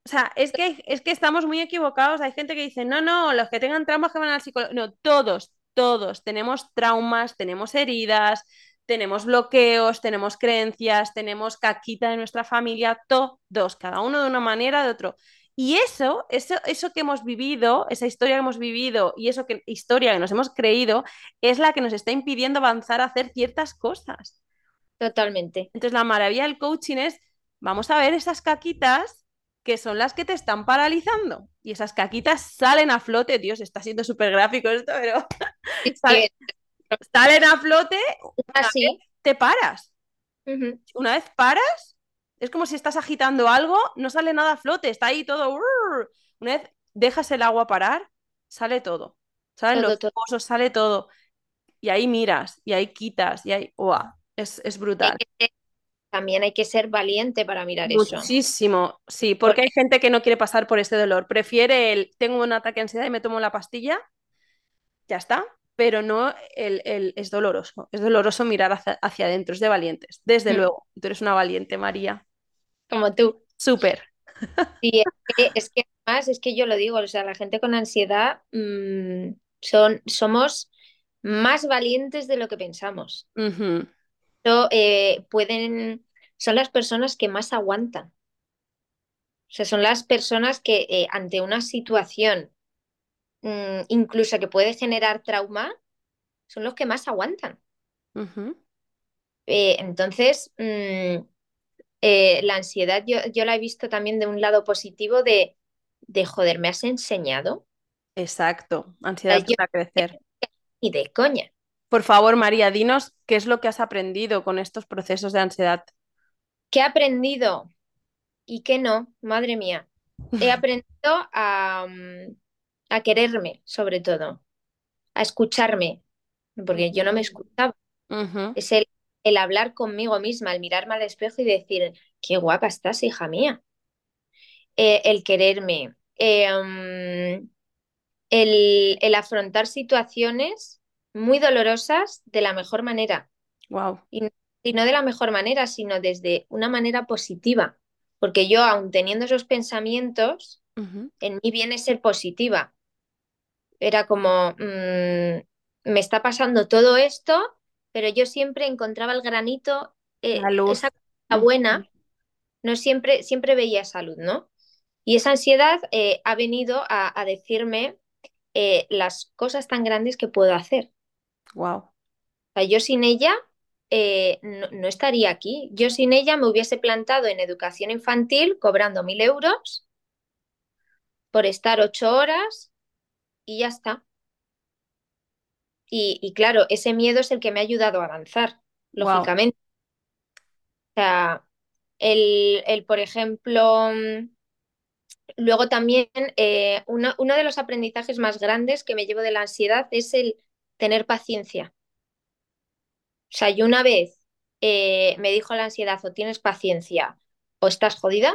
O sea, es que, es que estamos muy equivocados. Hay gente que dice, no, no, los que tengan traumas que van al psicólogo. No, todos, todos tenemos traumas, tenemos heridas, tenemos bloqueos, tenemos creencias, tenemos caquita de nuestra familia, todos, cada uno de una manera, de otro. Y eso, eso, eso que hemos vivido, esa historia que hemos vivido y eso que historia que nos hemos creído, es la que nos está impidiendo avanzar a hacer ciertas cosas. Totalmente. Entonces, la maravilla del coaching es, vamos a ver esas caquitas que son las que te están paralizando. Y esas caquitas salen a flote. Dios, está siendo súper gráfico esto, pero Sí, sal- sí, salen a flote, una vez así. te paras. Ujú, Una vez paras, es como si estás agitando algo, no sale nada a flote, está ahí todo. Una vez dejas el agua parar, sale todo. Salen todo, los todo. pozos, sale todo. Y ahí miras, y ahí quitas, y ahí. ¡Uah! Es, es Y hay brutal. que ser- también hay que ser valiente para mirar eso. Muchísimo, sí, porque hay Porque gente que no quiere pasar por este dolor. Prefiere el, tengo un ataque de ansiedad y me tomo la pastilla, ya está, pero no el, el- es doloroso. Es doloroso mirar hacia, hacia adentro, es de valientes, desde mm, luego. Tú eres una valiente, María. como tú. Súper. Sí, es que, es que además, es que yo lo digo, o sea, la gente con ansiedad mm, son, somos más valientes de lo que pensamos. Ujú, So, eh, pueden, son las personas que más aguantan. O sea, son las personas que eh, ante una situación mm, incluso que puede generar trauma, son los que más aguantan. ujú. Eh, entonces, mm, eh, la ansiedad yo, yo la he visto también de un lado positivo de, de joder, me has enseñado. O Exacto. sea, Ansiedad yo para crecer. ni de coña. Por favor, María, dinos qué es lo que has aprendido con estos procesos de ansiedad. ¿Qué he aprendido y qué no? Madre mía. He aprendido a, mm, a quererme, sobre todo, a escucharme, porque yo no me escuchaba. Ujú. Es el, el hablar conmigo misma, el mirarme al espejo y decir, qué guapa estás, hija mía. Eh, el quererme, eh, mm, el, el afrontar situaciones muy dolorosas de la mejor manera. Wow. Y, y no de la mejor manera, sino desde una manera positiva. Porque yo, aun teniendo esos pensamientos, Ujú. en mí viene ser positiva. Era como, mm, me está pasando todo esto, pero yo siempre encontraba el granito, La eh, luz. esa cosa Ujú. buena, no siempre, siempre veía salud, ¿no? Y esa ansiedad eh, ha venido a, a decirme eh, las cosas tan grandes que puedo hacer. Wow. O sea, yo sin ella eh, no, no estaría aquí. Yo sin ella me hubiese plantado en educación infantil cobrando mil euros por estar ocho horas y ya está. Y, y claro, ese miedo es el que me ha ayudado a avanzar, Wow. lógicamente. O sea, el, el, por ejemplo, mm, luego también eh, uno, uno de los aprendizajes más grandes que me llevo de la ansiedad es el tener paciencia. O sea, yo una vez eh, me dijo la ansiedad o tienes paciencia o estás jodida,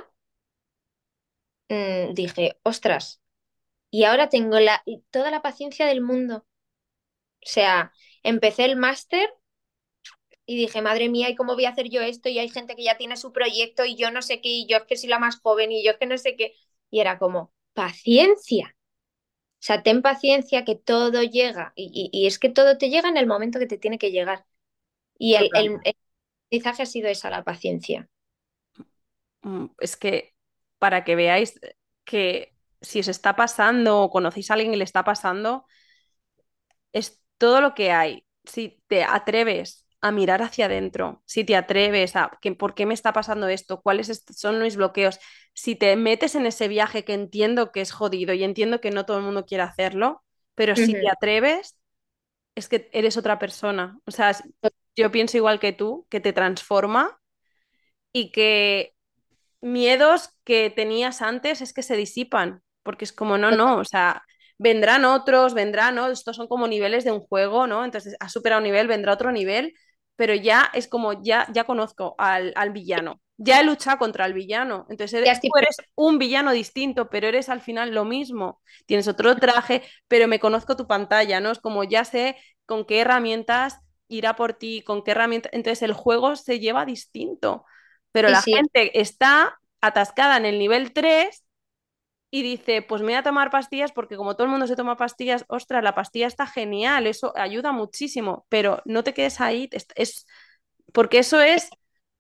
mm, dije, ostras, y ahora tengo la, toda la paciencia del mundo. O sea, empecé el máster y dije, madre mía, ¿y cómo voy a hacer yo esto? Y hay gente que ya tiene su proyecto y yo no sé qué, y yo es que soy la más joven y yo es que no sé qué. Y era como, paciencia. O sea, ten paciencia que todo llega. Y, y- y es que todo te llega en el momento que te tiene que llegar. Y el, Total. el, el aprendizaje ha sido esa, la paciencia. Mm, Es que para que veáis que si os está pasando o conocéis a alguien que le está pasando, es todo lo que hay. Si te atreves a mirar hacia adentro, si te atreves a que, ¿por qué me está pasando esto? ¿Cuáles est- son mis bloqueos? Si te metes en ese viaje que entiendo que es jodido y entiendo que no todo el mundo quiere hacerlo, pero si te Ujú. atreves, es que eres otra persona. O sea, yo pienso igual que tú, que te transforma y que miedos que tenías antes es que se disipan, porque es como, no, no, o sea, vendrán otros, vendrán, ¿no? Estos son como niveles de un juego, ¿no? Entonces, has superado un nivel, vendrá otro nivel, pero ya es como, ya, ya conozco al, al villano, ya he luchado contra el villano, entonces Ya eres- estoy tú eres un villano distinto, pero eres al final lo mismo, tienes otro traje, pero me conozco tu pantalla, ¿no? Es como, ya sé con qué herramientas irá por ti, con qué herramientas, entonces el juego se lleva distinto pero sí, la sí, gente está atascada en el nivel tres y dice, pues me voy a tomar pastillas porque como todo el mundo se toma pastillas, ostras, la pastilla está genial, eso ayuda muchísimo, pero no te quedes ahí, es, es- porque eso es,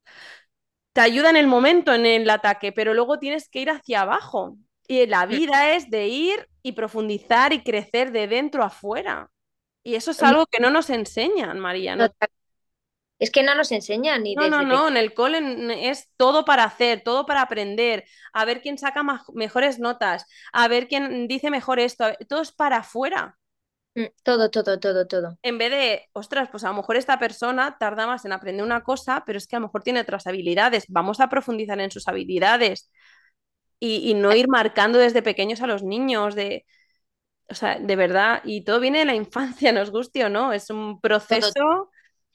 te ayuda en el momento, en el ataque, pero luego tienes que ir hacia abajo. Y la Mm, vida es de ir y profundizar y crecer de dentro a fuera. Y eso es mi- algo que no nos enseñan, María. No, total. Es que no nos enseñan ni no, no, desde no, pequeños. en el cole n- es todo para hacer, todo para aprender, a ver quién saca ma- mejores notas, a ver quién dice mejor esto, a ver- todo es para afuera. Todo, todo, todo, todo. En vez de, ostras, pues a lo mejor esta persona tarda más en aprender una cosa, pero es que a lo mejor tiene otras habilidades. Vamos a profundizar en sus habilidades y, y no ir marcando desde pequeños a los niños, de, o sea, de verdad, y todo viene de la infancia, nos guste o no, es un Todo. proceso.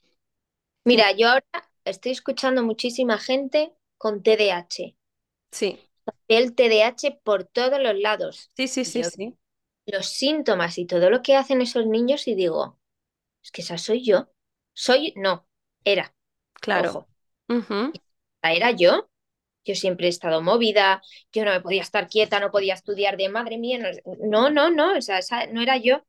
Mira, yo ahora estoy escuchando muchísima gente con T D A H. Sí, El T D A H por todos los lados. sí, sí, Y sí, yo sí, los síntomas y todo lo que hacen esos niños y digo, es que esa soy yo. Soy, no, era, claro. ojo, Ujú. era yo. Yo siempre he estado movida, yo no me podía estar quieta, no podía estudiar de madre mía, no, no, no, no, o sea, esa no era yo.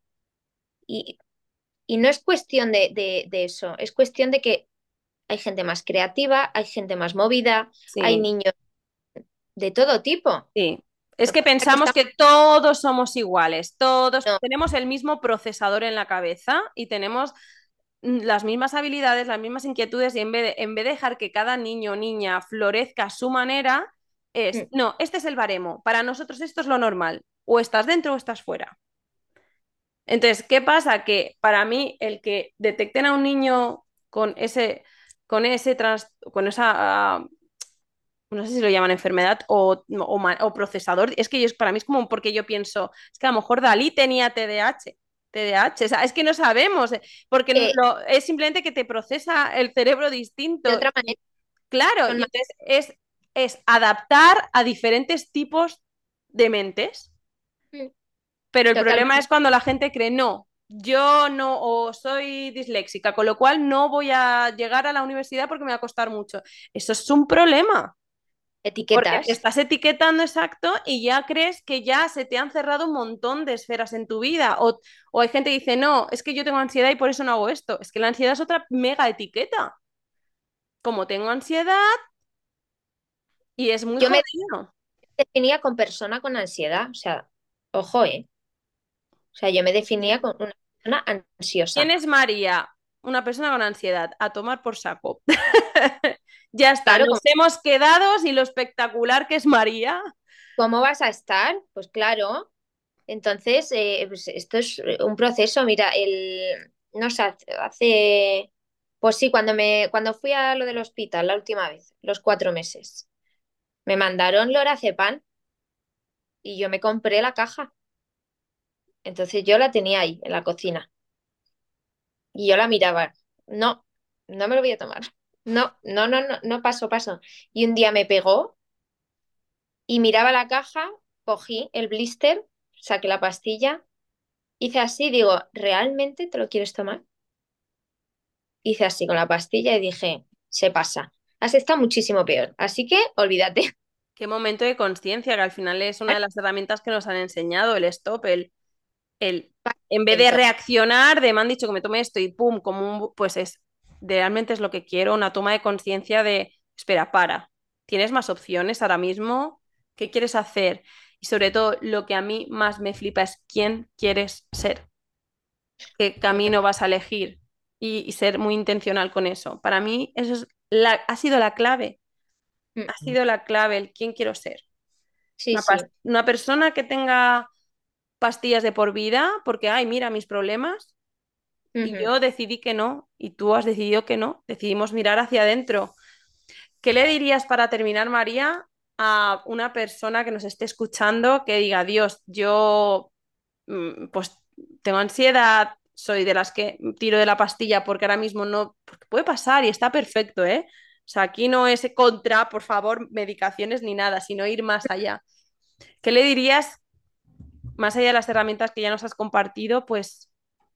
Y, y no es cuestión de, de, de eso, es cuestión de que hay gente más creativa, hay gente más movida, hay Sí, niños de todo tipo. sí. Es Lo que que pasa es que pensamos estamos, que todos somos iguales, todos no, tenemos el mismo procesador en la cabeza y tenemos mm, las mismas habilidades, las mismas inquietudes y en vez de, en vez de dejar que cada niño o niña florezca a su manera, es, mm, no, este es el baremo, para nosotros esto es lo normal, o estás dentro o estás fuera. Entonces, ¿qué pasa? Que para mí el que detecten a un niño con ese, con ese trans, con esa, uh, no sé si lo llaman enfermedad o, o, o, procesador, es que yo, para mí es como porque yo pienso, es que a lo mejor Dalí tenía T D A H. T D A H, o sea, es que no sabemos, eh, porque eh, lo, es simplemente que te procesa el cerebro de distinto. otra Y manera, claro, son y más, entonces es, es adaptar a diferentes tipos de mentes. mm, Pero el totalmente. problema es cuando la gente cree, no, yo no, o soy disléxica, con lo cual no voy a llegar a la universidad porque me va a costar mucho. Eso es un problema, porque te Etiquetas. estás etiquetando exacto y ya crees que ya se te han cerrado un montón de esferas en tu vida. O, o hay gente que dice, no, es que yo tengo ansiedad y por eso no hago esto. Es que la ansiedad es otra mega etiqueta. Como tengo ansiedad y es muy Yo me jodido. definía con persona con ansiedad, o sea, ojo, ¿eh? O sea, yo me definía con una persona ¿Quién ansiosa. es María? Una persona con ansiedad. A tomar por saco. Ya está, Claro, nos ¿cómo, hemos quedado sin lo espectacular que es María. cómo vas a estar? Pues claro. Entonces, eh, pues esto es un proceso. Mira, el, no sé, hace, hace- pues sí, cuando me, cuando fui a lo del hospital la última vez, los cuatro meses, me mandaron lorazepam y yo me compré la caja. Entonces yo la tenía ahí en la cocina y yo la miraba. No, no me lo voy a tomar. No, no, no, no, no paso, paso. Y un día me pegó y miraba la caja, cogí el blister, saqué la pastilla, hice así, digo, ¿realmente te lo quieres tomar? Hice así con la pastilla y dije, se pasa. Has estado muchísimo peor, así que olvídate. Qué momento de conciencia, que al final es una de las herramientas que nos han enseñado, el stop, el, el en vez de Lento. reaccionar, de me han dicho que me tome esto y pum, como un, pues es, realmente es lo que quiero, una toma de conciencia de, espera, para, tienes más opciones ahora mismo, ¿qué quieres hacer? Y sobre todo, lo que a mí más me flipa es quién quieres ser, qué camino vas a elegir y, y ser muy intencional con eso. Para mí, eso es la, ha sido la clave, Mm, ha sido la clave, el quién quiero ser. sí, Una, pas- sí. una persona que tenga pastillas de por vida, porque, ay, mira mis problemas, y Ujú. yo decidí que no, y tú has decidido que no, decidimos mirar hacia adentro. ¿Qué le dirías para terminar, María, a una persona que nos esté escuchando que diga, Dios, yo mm, pues tengo ansiedad, soy de las que tiro de la pastilla porque ahora mismo no, porque puede pasar y está perfecto, ¿eh? O sea, aquí no es contra, por favor, medicaciones ni nada, sino ir más allá. ¿Qué le dirías, más allá de las herramientas que ya nos has compartido, pues,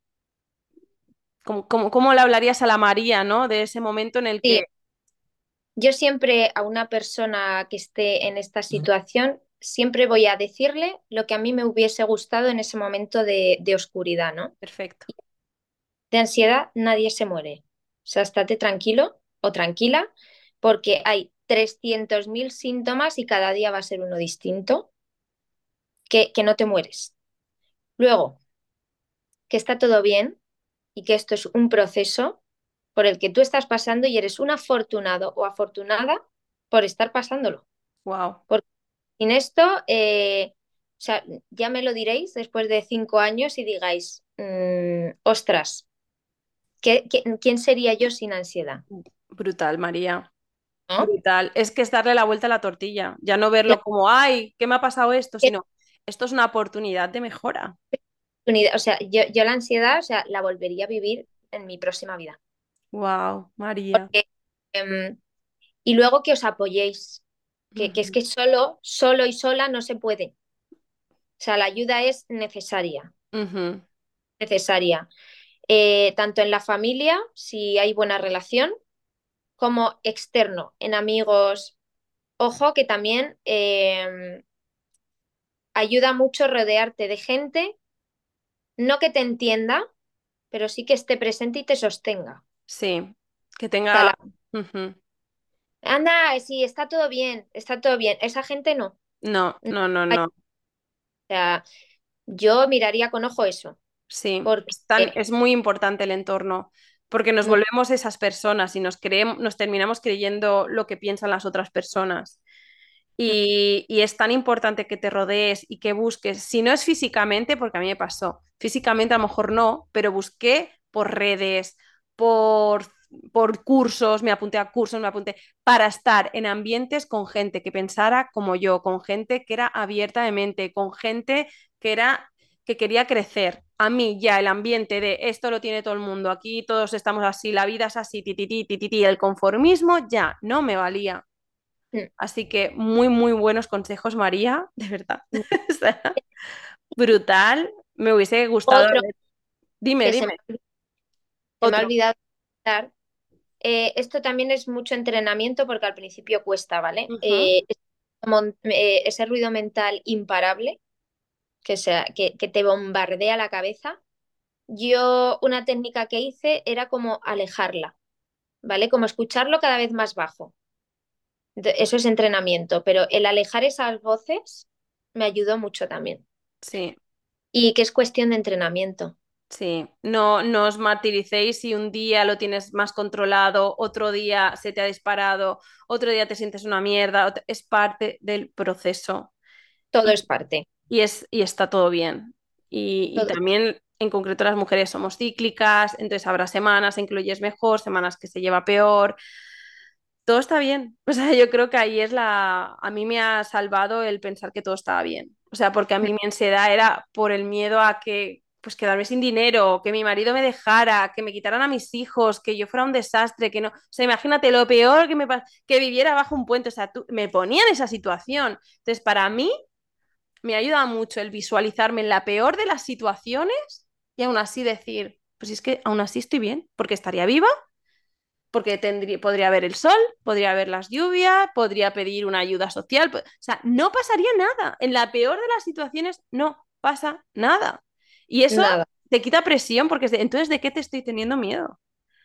cómo, cómo, cómo le hablarías a la María, ¿no? De ese momento en el Sí, que, yo siempre a una persona que esté en esta situación siempre voy a decirle lo que a mí me hubiese gustado en ese momento de, de oscuridad, ¿no? Perfecto. De ansiedad nadie se muere. O sea, estate tranquilo o tranquila porque hay trescientos mil síntomas y cada día va a ser uno distinto, que, que no te mueres. Luego, que está todo bien y que esto es un proceso por el que tú estás pasando y eres un afortunado o afortunada por estar pasándolo. Wow. Porque sin esto, eh, o sea, ya me lo diréis después de cinco años y digáis, mm, ostras, ¿qué, qué, quién sería yo sin ansiedad? Brutal, María. ¿No? Brutal. Es que es darle la vuelta a la tortilla. Ya no verlo como, ay, ¿qué me ha pasado esto? Sino, esto es una oportunidad de mejora. O sea, yo, yo la ansiedad, o sea, la volvería a vivir en mi próxima vida. Wow, María. Em, y luego que os apoyéis, que, que es Ujú, que solo, solo y sola no se puede. O sea, la ayuda es necesaria, ujú. necesaria. Eh, tanto en la familia, si hay buena relación, como externo, en amigos. Ojo que también eh, ayuda mucho rodearte de gente, no que te entienda, pero sí que esté presente y te sostenga. Sí, que O sea, tenga... la- Ujú. anda, sí, está todo bien, está todo bien. Esa gente no. No, No no, no, hay- no. O sea, yo miraría con ojo eso, Sí, porque es tan- eh, es muy importante el entorno, porque nos mu- volvemos esas personas y nos creemos, nos terminamos creyendo lo que piensan las otras personas. Y, y es tan importante que te rodees y que busques, si no es físicamente, porque a mí me pasó, físicamente a lo mejor no, pero busqué por redes, por, por cursos, me apunté a cursos, me apunté, para estar en ambientes con gente que pensara como yo, con gente que era abierta de mente, con gente que era que quería crecer. A mí ya el ambiente de esto lo tiene todo el mundo, aquí todos estamos así, la vida es así, ti, ti, ti, ti, ti, ti, el conformismo ya no me valía. mm, Así que muy, muy buenos consejos, María, de verdad. mm. O sea, brutal. Me hubiese gustado Otro haber... Dime, que se me, dime. se me ha Otro. olvidado comentar. Eh, esto también es mucho entrenamiento porque al principio cuesta, ¿vale? Ujú. Eh, es mon- eh, ese ruido mental imparable que, sea, que, que te bombardea la cabeza. Yo una técnica que hice era como alejarla, ¿vale? Como escucharlo cada vez más bajo. Ent- Eso es entrenamiento, pero el alejar esas voces me ayudó mucho también. Sí, Y que es cuestión de entrenamiento. sí. No, no os martiricéis si un día lo tienes más controlado, otro día se te ha disparado, otro día te sientes una mierda. ot- Es parte del proceso Todo y, es parte. y es, y está todo bien. Y, y Todo. también, en concreto, las mujeres somos cíclicas, entonces habrá semanas en que lo lleves mejor, semanas que se lleva peor. Todo está bien. O sea, yo creo que ahí es la... A mí me ha salvado el pensar que todo estaba bien. O sea, porque a mí mi ansiedad era por el miedo a que, pues, quedarme sin dinero, que mi marido me dejara, que me quitaran a mis hijos, que yo fuera un desastre, que no... O sea, imagínate lo peor que me pa- que viviera bajo un puente. O sea, tú... me ponía en esa situación. Entonces, para mí me ayuda mucho el visualizarme en la peor de las situaciones y aún así decir, pues es que aún así estoy bien, porque estaría viva porque tendría, podría haber el sol, podría haber las lluvias, podría pedir una ayuda social, o sea, no pasaría nada. En la peor de las situaciones no pasa nada. Y eso Nada. te quita presión porque es de, entonces, ¿de qué te estoy teniendo miedo?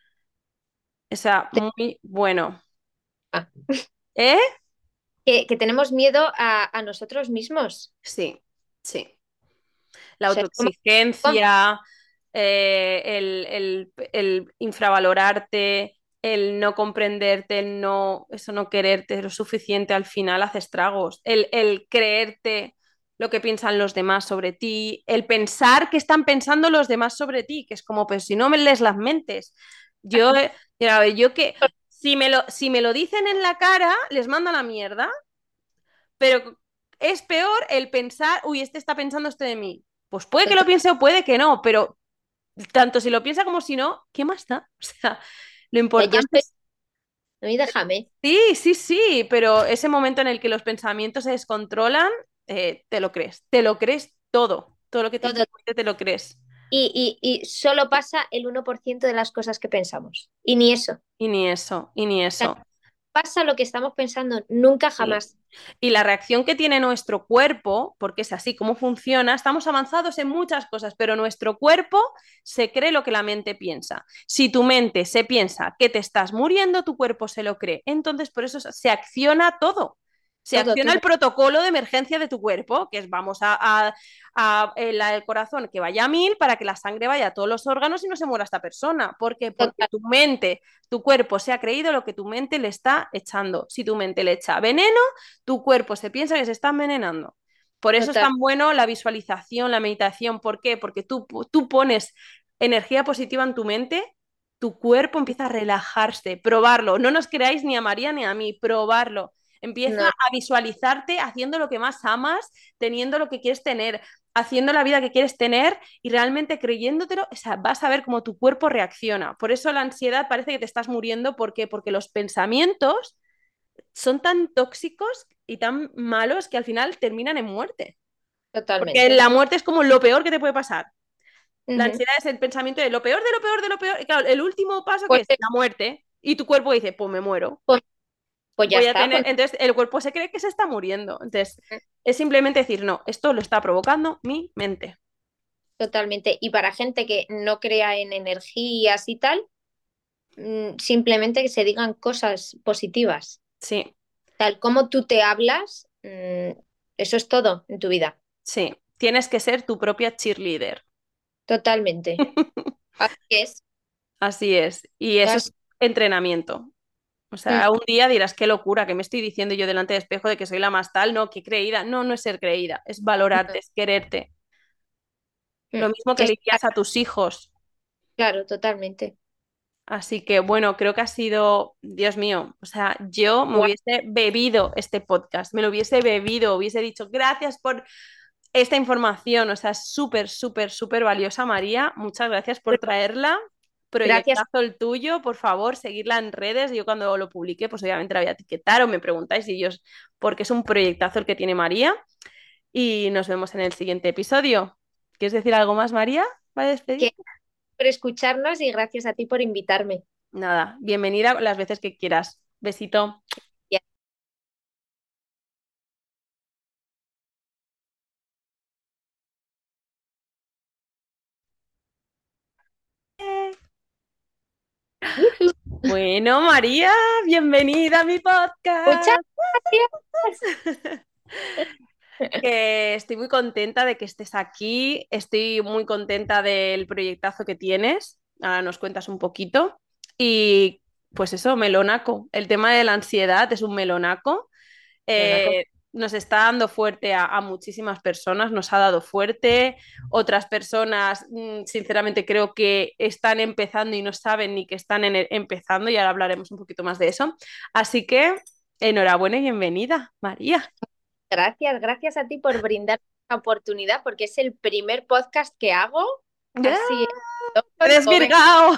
O sea, muy bueno. Ah, ¿Eh? que, que tenemos miedo a, a nosotros mismos. Sí, sí. O La sea, es como, como- autoexigencia, eh, el, el- el infravalorarte, el no comprenderte, el no, eso no quererte lo suficiente al final hace estragos. El, el creerte lo que piensan los demás sobre ti, el pensar que están pensando los demás sobre ti, que es como, pues si no me lees las mentes. Yo, eh, a ver, yo que si me lo, si me lo dicen en la cara, les mando a la mierda, pero es peor el pensar, uy, este está pensando esto de mí. Pues puede que lo piense o puede que no, pero tanto si lo piensa como si no, ¿qué más da? O sea, lo yo importante estoy, es... a mí déjame, Sí, sí, sí, pero ese momento en el que los pensamientos se descontrolan, eh, te lo crees, te lo crees todo, todo lo que te dice todo. tu mente te lo crees. Y, y, y solo pasa el uno por ciento de las cosas que pensamos. Y ni eso. Y ni eso, y ni eso. pasa lo que estamos pensando, nunca Sí. jamás. Y la reacción que tiene nuestro cuerpo, porque es así como funciona, estamos avanzados en muchas cosas, pero nuestro cuerpo se cree lo que la mente piensa. Si tu mente se piensa que te estás muriendo, tu cuerpo se lo cree. Entonces, por eso se acciona todo. Se Todo, acciona el todo. protocolo de emergencia de tu cuerpo, que es vamos a, a, a el, el, corazón que vaya a mil para que la sangre vaya a todos los órganos y no se muera esta persona. ¿Por qué? Porque Total, tu mente, tu cuerpo se ha creído lo que tu mente le está echando. Si tu mente le echa veneno, tu cuerpo se piensa que se está envenenando. Por eso es total. tan bueno la visualización, la meditación. ¿Por qué? Porque tú, tú pones energía positiva en tu mente, tu cuerpo empieza a relajarse. Probarlo. No nos creáis ni a María ni a mí, probarlo. Empieza No, a visualizarte haciendo lo que más amas, teniendo lo que quieres tener, haciendo la vida que quieres tener y realmente creyéndotelo, o sea, vas a ver cómo tu cuerpo reacciona. Por eso la ansiedad parece que te estás muriendo. ¿Por qué? Porque los pensamientos son tan tóxicos y tan malos que al final terminan en muerte. Porque totalmente. la muerte es como lo peor que te puede pasar. La Ujú. ansiedad es el pensamiento de lo peor, de lo peor, de lo peor. Y claro, el último paso que Pues, es la muerte y tu cuerpo dice, pues me muero. pues, pues ya Voy a está, tener, pues entonces el cuerpo se cree que se está muriendo. Entonces es simplemente decir, no, esto lo está provocando mi mente. totalmente. Y para gente que no crea en energías y tal, mm, simplemente que se digan cosas positivas. Sí, Tal como tú te hablas, mm, eso es todo en tu vida. sí. Tienes que ser tu propia cheerleader. Totalmente. Así es. Así es. Y eso Así- es entrenamiento. O mm, sea, un día dirás, qué locura, que me estoy diciendo yo delante del espejo de que soy la más tal, no, qué creída. No, no es ser creída, es valorarte, es quererte. mm, Lo mismo que es- le dirías a tus hijos. claro, totalmente. Así que bueno, creo que ha sido, Dios mío, o sea, yo me Guau, hubiese bebido este podcast, me lo hubiese bebido, hubiese dicho gracias por esta información, o sea, es súper, súper, súper valiosa, María. Muchas gracias por traerla. gracias. Proyectazo el tuyo, por favor, seguirla en redes. Yo cuando lo publique, pues obviamente la voy a etiquetar o me preguntáis y yo, porque es un proyectazo el que tiene María. Y nos vemos en el siguiente episodio. ¿Quieres decir algo más, María? ¿Va a despedir? Que por escucharnos y gracias a ti por invitarme. Nada, bienvenida las veces que quieras. Besito. Bueno, María, bienvenida a mi Muchas podcast. gracias. Que estoy muy contenta de que estés aquí, estoy muy contenta del proyectazo que tienes, ahora nos cuentas un poquito. Y pues eso, melonaco, el tema de la ansiedad es un melonaco. Monaco. Eh, nos está dando fuerte a, a muchísimas personas, nos ha dado fuerte, otras personas mm, sinceramente creo que están empezando y no saben ni que están en el- empezando y ahora hablaremos un poquito más de eso. Así que enhorabuena y bienvenida, María. Gracias, gracias a ti por brindar la oportunidad, porque es el primer podcast que hago ¡Ya! así, ¡Te he y joven, desvirgado!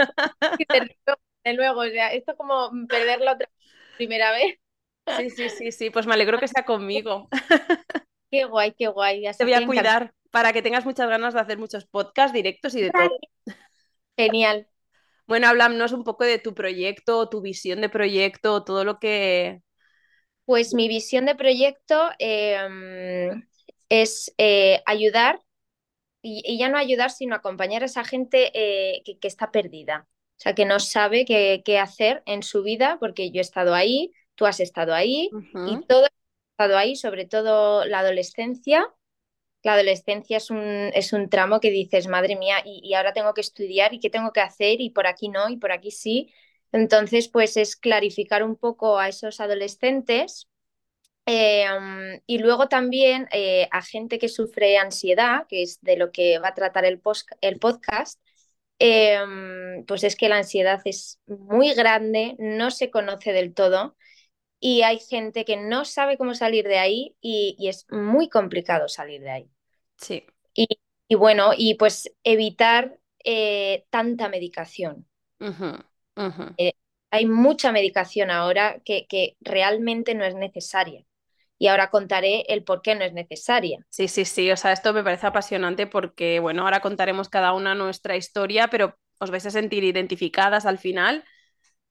y de luego, de luego, o sea, esto es como perder la otra primera vez. Sí, sí, sí, sí, pues me alegro que sea conmigo. Qué guay, qué guay, Te así voy que a encantado. cuidar para que tengas muchas ganas de hacer muchos podcasts directos y de todo. Genial. Bueno, háblanos un poco de tu proyecto, tu visión de proyecto, todo lo que... Pues mi visión de proyecto eh, es eh, ayudar, y, y ya no ayudar, sino acompañar a esa gente eh, que, que está perdida. O sea, que no sabe qué, qué hacer en su vida, porque yo he estado ahí, tú has estado ahí, y Ujú. todo ha estado ahí, sobre todo la adolescencia. La adolescencia es un, es un tramo que dices, madre mía, y, y ahora tengo que estudiar y qué tengo que hacer y por aquí no y por aquí sí. Entonces, pues es clarificar un poco a esos adolescentes eh, um, y luego también eh, a gente que sufre ansiedad, que es de lo que va a tratar el, post, el podcast, eh, um, pues es que la ansiedad es muy grande, no se conoce del todo y hay gente que no sabe cómo salir de ahí y, y es muy complicado salir de ahí. Sí. Y, y bueno, y pues evitar eh, tanta medicación. Ujú, ujú. Eh, Hay mucha medicación ahora que, que realmente no es necesaria. Y ahora contaré el por qué no es necesaria. Sí, sí, sí, o sea, esto me parece apasionante porque, bueno, ahora contaremos cada una nuestra historia, pero os vais a sentir identificadas al final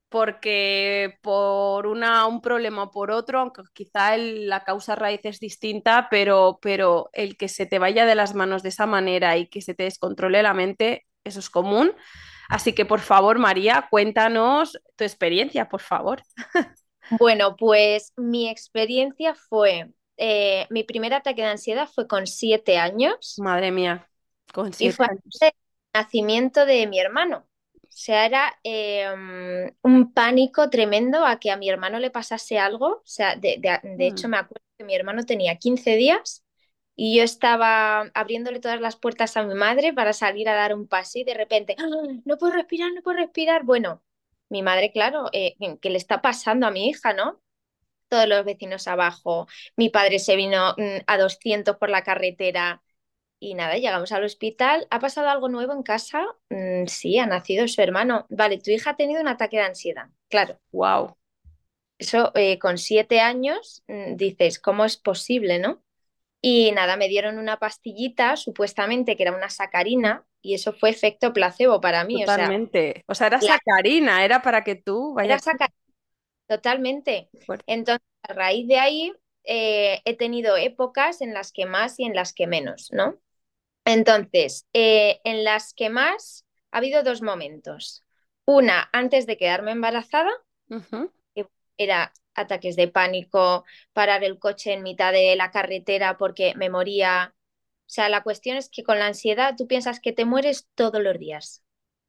porque por una, un problema o por otro, aunque quizá el- la causa raíz es distinta, pero, pero el que se te vaya de las manos de esa manera y que se te descontrole la mente, eso es común. Así que, por favor, María, cuéntanos tu experiencia, por favor. Bueno, pues mi experiencia fue, eh, mi primer ataque de ansiedad fue con siete años Madre mía, con y siete fue años. el nacimiento de mi hermano. O sea, era eh, un pánico tremendo a que a mi hermano le pasase algo. O sea, de, de- de hecho Mm. me acuerdo que mi hermano tenía quince días y yo estaba abriéndole todas las puertas a mi madre para salir a dar un paseo y de repente, ¡ah! No puedo respirar, no puedo respirar. Bueno, mi madre, claro, eh, ¿qué le está pasando a mi hija, no? Todos los vecinos abajo, mi padre se vino mm, a doscientos por la carretera y nada, llegamos al hospital. ¿Ha pasado algo nuevo en casa? Mm, sí, ha nacido su hermano. Vale, tu hija ha tenido un ataque de ansiedad. Claro, Wow, eso eh, con siete años mm, dices, ¿cómo es posible, no? Y nada, me dieron una pastillita, supuestamente que era una sacarina, y eso fue efecto placebo para mí. O sea, totalmente. O sea, era la, sacarina, era para que tú, era vaya, sacarina totalmente. qué fuerte. Entonces, a raíz de ahí, eh, he tenido épocas en las que más y en las que menos, ¿no? Entonces, eh, en las que más ha habido dos momentos. Una, antes de quedarme embarazada, Ujú. que era ataques de pánico, parar el coche en mitad de la carretera porque me moría. O sea, la cuestión es que con la ansiedad tú piensas que te mueres todos los días.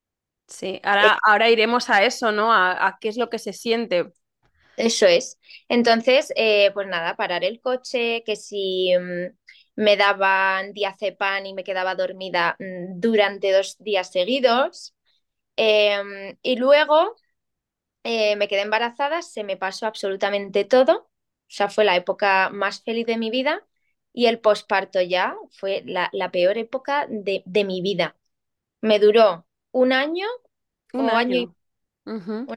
Sí, Eh, ahora, ahora iremos a eso, ¿no? A, a qué es lo que se siente. Eso es. Entonces, eh, pues nada, parar el coche, que si mm, me daban diazepam y me quedaba dormida mm, durante dos días seguidos. Em, y luego eh, me quedé embarazada, se me pasó absolutamente todo, o sea, fue la época más feliz de mi vida y el posparto ya fue la, la peor época de, de mi vida. Me duró un año Un o año y año. Ujú,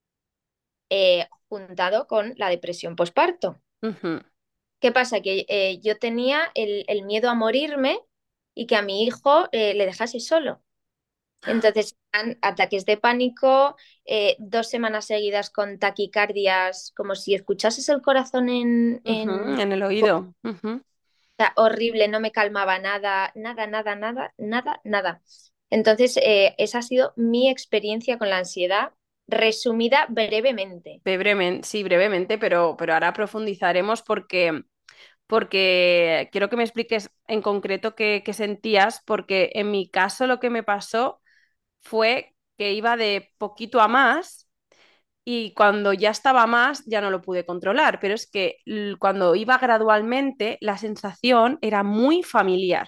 eh, juntado con la depresión posparto. ujú. ¿Qué pasa? Que eh, yo tenía el, el miedo a morirme y que a mi hijo eh, le dejase solo. Entonces, eran ataques de pánico, eh, dos semanas seguidas con taquicardias, como si escuchases el corazón en, Ujú, en... en el oído. Ujú. O sea, horrible, no me calmaba nada, nada, nada, nada, nada, nada. Entonces, eh, esa ha sido mi experiencia con la ansiedad, resumida brevemente. Ve brevemente, sí, brevemente, pero, pero ahora profundizaremos porque, porque quiero que me expliques en concreto qué, qué sentías, porque en mi caso lo que me pasó fue que iba de poquito a más y cuando ya estaba más ya no lo pude controlar, pero es que l- cuando iba gradualmente la sensación era muy familiar.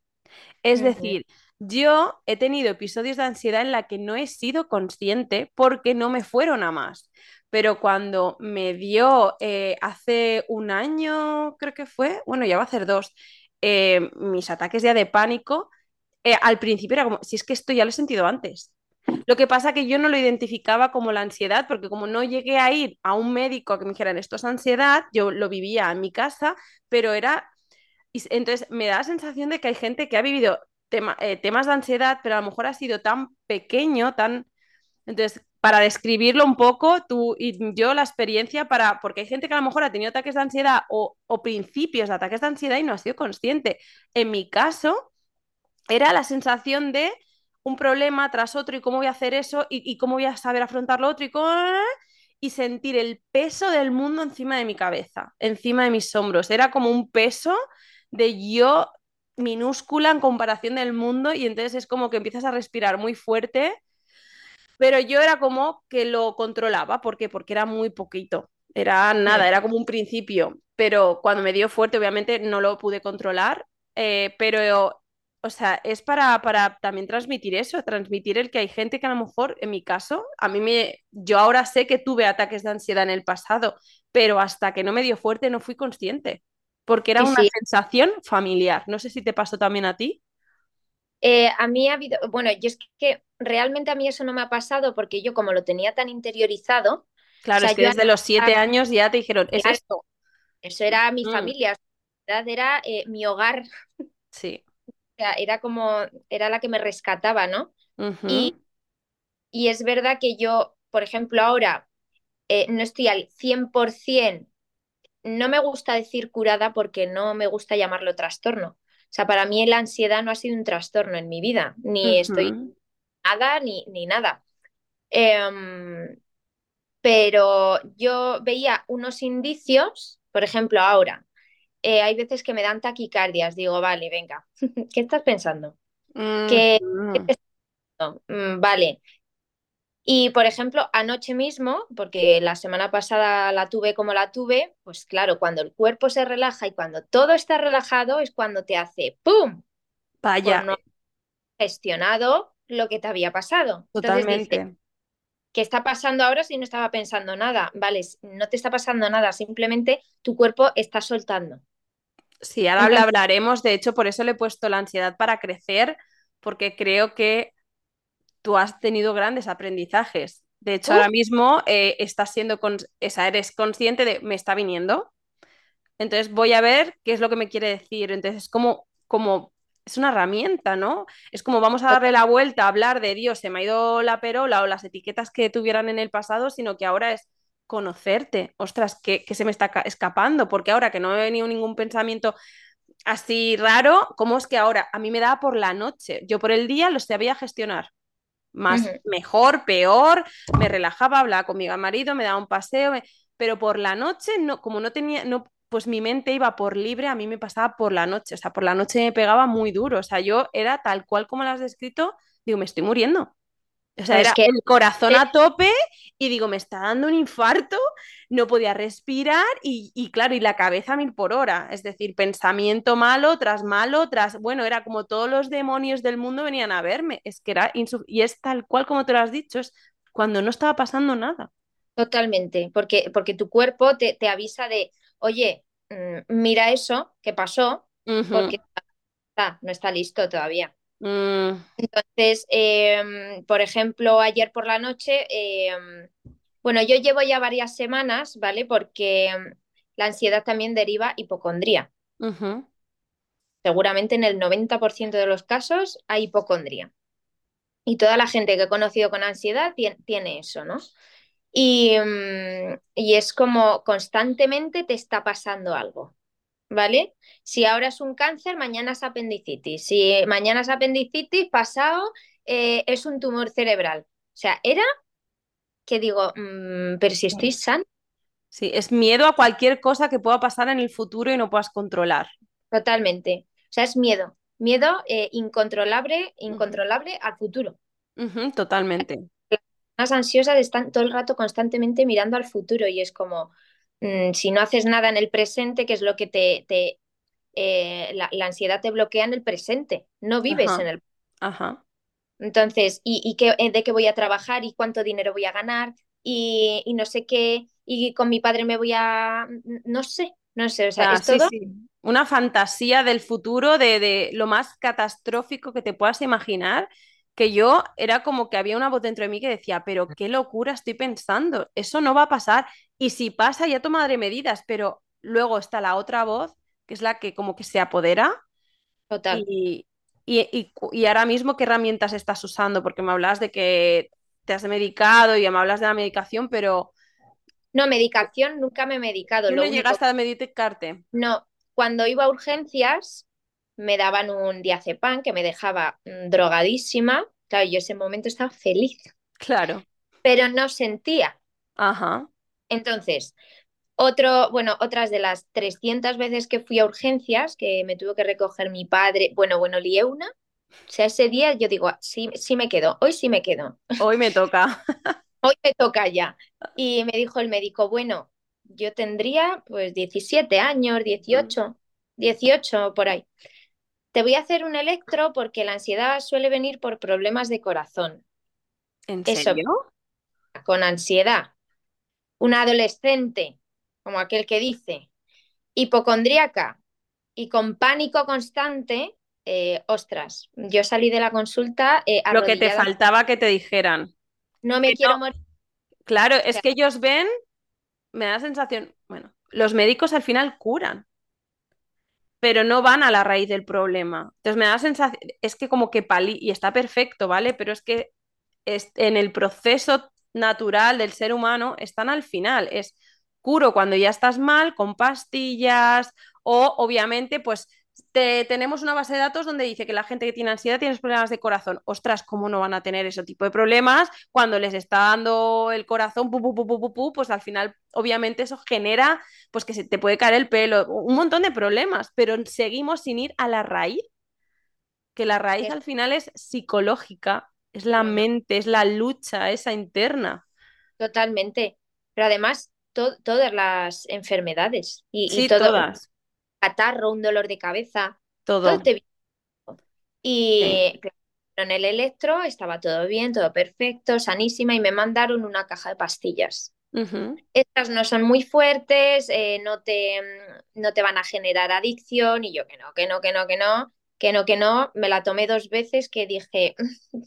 Es Ujú, decir, yo he tenido episodios de ansiedad en la que no he sido consciente porque no me fueron a más. Pero cuando me dio eh, hace un año, creo que fue, bueno, ya va a ser dos, eh, mis ataques ya de pánico, eh, al principio era como, si es que esto ya lo he sentido antes. Lo que pasa que yo no lo identificaba como la ansiedad, porque como no llegué a ir a un médico a que me dijeran esto es ansiedad, yo lo vivía en mi casa, pero era y s- entonces me da la sensación de que hay gente que ha vivido tema- eh, temas de ansiedad, pero a lo mejor ha sido tan pequeño, tan... Entonces, para describirlo un poco, tú y yo la experiencia para... Porque hay gente que a lo mejor ha tenido ataques de ansiedad o, o principios de ataques de ansiedad y no ha sido consciente. En mi caso, era la sensación de un problema tras otro y cómo voy a hacer eso y, y cómo voy a saber afrontar lo otro y cómo y sentir el peso del mundo encima de mi cabeza, encima de mis hombros. Era como un peso de yo minúscula en comparación del mundo y entonces es como que empiezas a respirar muy fuerte, pero yo era como que lo controlaba, ¿por qué? Porque era muy poquito, era ujú. nada, era como un principio, pero cuando me dio fuerte obviamente no lo pude controlar, eh, pero o sea, es para, para también transmitir eso, transmitir el que hay gente que a lo mejor, en mi caso, a mí me, yo ahora sé que tuve ataques de ansiedad en el pasado, pero hasta que no me dio fuerte no fui consciente, porque era Sí, una sí. sensación familiar. No sé si te pasó también a ti. Eh, a mí ha habido, bueno, yo es que realmente a mí eso no me ha pasado porque yo como lo tenía tan interiorizado, o Claro, sea, es que yo desde los siete años ya te dijeron, es claro, esto. eso era mi Mm, familia, o sea, era eh, mi hogar, sí. o sea, era como, era la que me rescataba, ¿no? Ujú, Y, y es verdad que yo por ejemplo, ahora eh, no estoy al cien por ciento, no me gusta decir curada porque no me gusta llamarlo trastorno. O sea, para mí la ansiedad no ha sido un trastorno en mi vida, ni estoy Ujú. nada, ni, ni nada. Em, pero yo veía unos indicios, por ejemplo, ahora, eh, hay veces que me dan taquicardias, digo, vale, venga, ¿qué estás pensando? ¿Qué, qué Ujú. te está pasando? Mm, vale. Y, por ejemplo, anoche mismo, porque la semana pasada la tuve como la tuve, pues claro, cuando el cuerpo se relaja y cuando todo está relajado es cuando te hace ¡pum! Por Vaya, no haber gestionado lo que te había pasado. Entonces dices, totalmente. ¿qué está pasando ahora si no estaba pensando nada? Vale, no te está pasando nada, simplemente tu cuerpo está soltando. Sí, ahora habla- Entonces, hablaremos. De hecho, por eso le he puesto la ansiedad para crecer, porque creo que tú has tenido grandes aprendizajes. De hecho, ahora uff, mismo eh, estás siendo, cons- esa, eres consciente de, me está viniendo. Entonces voy a ver qué es lo que me quiere decir. Entonces es como, como, es una herramienta, ¿no? Es como vamos a darle la vuelta a hablar de Dios, se me ha ido la perola o las etiquetas que tuvieran en el pasado, sino que ahora es conocerte. Ostras, que, que se me está ca- escapando, porque ahora que no me ha venido ningún pensamiento así raro, ¿cómo es que ahora a mí me da por la noche? Yo por el día lo sabía gestionar. Más mejor, peor, me relajaba, hablaba con mi marido, me daba un paseo, me- pero por la noche, no, como no tenía, no, pues mi mente iba por libre, a mí me pasaba por la noche, o sea, por la noche me pegaba muy duro, o sea, yo era tal cual como lo has descrito, digo, me estoy muriendo. O sea, es era que el corazón a tope y digo, me está dando un infarto, no podía respirar y, y claro, y la cabeza a mil por hora. Es decir, pensamiento malo tras malo, tras, bueno, era como todos los demonios del mundo venían a verme. Es que era insu- y es tal cual como te lo has dicho, es cuando no estaba pasando nada. totalmente, porque, porque tu cuerpo te, te avisa de, oye, mm, mira eso que pasó, Ujú. porque está, no está listo todavía. Mm, Entonces, em, por ejemplo, ayer por la noche, em, bueno, yo llevo ya varias semanas, ¿vale? Porque em, la ansiedad también deriva hipocondría. ujú, Seguramente en el noventa por ciento de los casos hay hipocondría. Y toda la gente que he conocido con ansiedad tiene, tiene eso, ¿no? Y, mm, y es como constantemente te está pasando algo, ¿vale? Si ahora es un cáncer, mañana es apendicitis. Si mañana es apendicitis, pasado eh, es un tumor cerebral. O sea, era que digo, mm, pero si estoy sí. sana, Sí, es miedo a cualquier cosa que pueda pasar en el futuro y no puedas controlar. totalmente. O sea, es miedo. Miedo eh, incontrolable, Ujú, incontrolable al futuro. ujú, totalmente. Las ansiosas están todo el rato constantemente mirando al futuro y es como, mm, si no haces nada en el presente, que es lo que te, te eh, la, la ansiedad te bloquea en el presente, no vives en Ajá, el... ajá. Entonces, ¿y, y qué, eh, de qué voy a trabajar y cuánto dinero voy a ganar y, y no sé qué, y con mi padre me voy a... No sé, no sé, o sea, Ya, es sí, todo sí. Una fantasía del futuro, de, de lo más catastrófico que te puedas imaginar, que yo era como que había una voz dentro de mí que decía, pero qué locura estoy pensando, eso no va a pasar. Y si pasa, ya tomaré medidas, pero luego está la otra voz, que es la que como que se apodera. total. Y, y, y, cu- y ahora mismo, ¿qué herramientas estás usando? Porque me hablas de que te has medicado y me hablas de la medicación, pero No, medicación, nunca me he medicado, tú lo no único, llegaste a medicarte. no, cuando iba a urgencias me daban un diazepam que me dejaba mm, drogadísima, claro, yo ese momento estaba feliz, Claro. pero no sentía. Ajá. Entonces, otro, bueno, otras de las trescientas veces que fui a urgencias, que me tuvo que recoger mi padre, bueno, bueno, lié una, o sea, ese día yo digo, "Ah, sí, sí me quedo, hoy sí me quedo, Hoy me toca. hoy me toca ya". Y me dijo el médico, bueno, yo tendría pues diecisiete años, Ujú. dieciocho, dieciocho por ahí. Te voy a hacer un electro porque la ansiedad suele venir por problemas de corazón. ¿En Eso, serio? con ansiedad. Una adolescente, como aquel que dice, hipocondríaca y con pánico constante, eh, ostras, yo salí de la consulta eh, Lo que te arrodillada. faltaba que te dijeran. No Que me no, quiero morir. claro, O es sea, que ellos ven, me da la sensación, bueno, los médicos al final curan, pero no van a la raíz del problema. Entonces me da la sensación, es que como que pali, y está perfecto, ¿vale? Pero es que es, en el proceso natural del ser humano están al final. Es curo cuando ya estás mal, con pastillas, o obviamente, pues te, tenemos una base de datos donde dice que la gente que tiene ansiedad tiene problemas de corazón. Ostras, ¿cómo no van a tener ese tipo de problemas cuando les está dando el corazón? Pu, pu, pu, pu, pu, pu, pues al final, obviamente, eso genera pues que se te puede caer el pelo, un montón de problemas, pero seguimos sin ir a la raíz, que la raíz Que al final es psicológica, es la no, no, mente, es la lucha esa interna. totalmente. Pero además, to- todas las enfermedades y, y Sí, todo, un todas, catarro, un dolor de cabeza, todo todo. te viene. Sí. Y claro, en el electro estaba todo bien, todo perfecto, sanísima, y me mandaron una caja de pastillas. Ujú. Estas no son muy fuertes, eh, no te, mm, no te van a generar adicción, y yo que no, que no, que no, que no, que no, que no. Me la tomé dos veces que dije,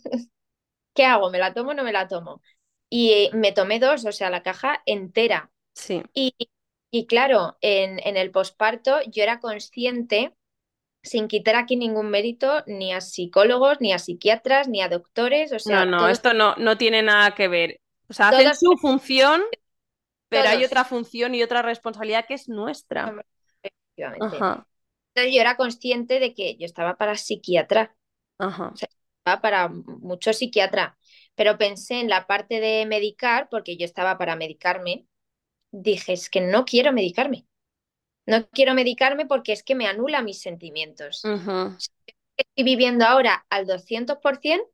¿qué hago? ¿Me la tomo o no me la tomo? Y eh, me tomé dos, o sea, la caja entera. Sí. Y, y claro, en, en el posparto yo era consciente, sin quitar aquí ningún mérito, ni a psicólogos, ni a psiquiatras, ni a doctores, o No, sea, no, todos, esto no, no tiene nada que ver. O sea, hacen todos, su función, pero hay otra todos, función y otra responsabilidad que es nuestra. efectivamente. Ajá, Entonces yo era consciente de que yo estaba para psiquiatra, o ajá. sea, estaba para mucho psiquiatra, pero pensé en la parte de medicar, porque yo estaba para medicarme. Dije, es que no quiero medicarme, no quiero medicarme porque es que me anula mis sentimientos. Ujú. Si estoy viviendo ahora al doscientos por ciento,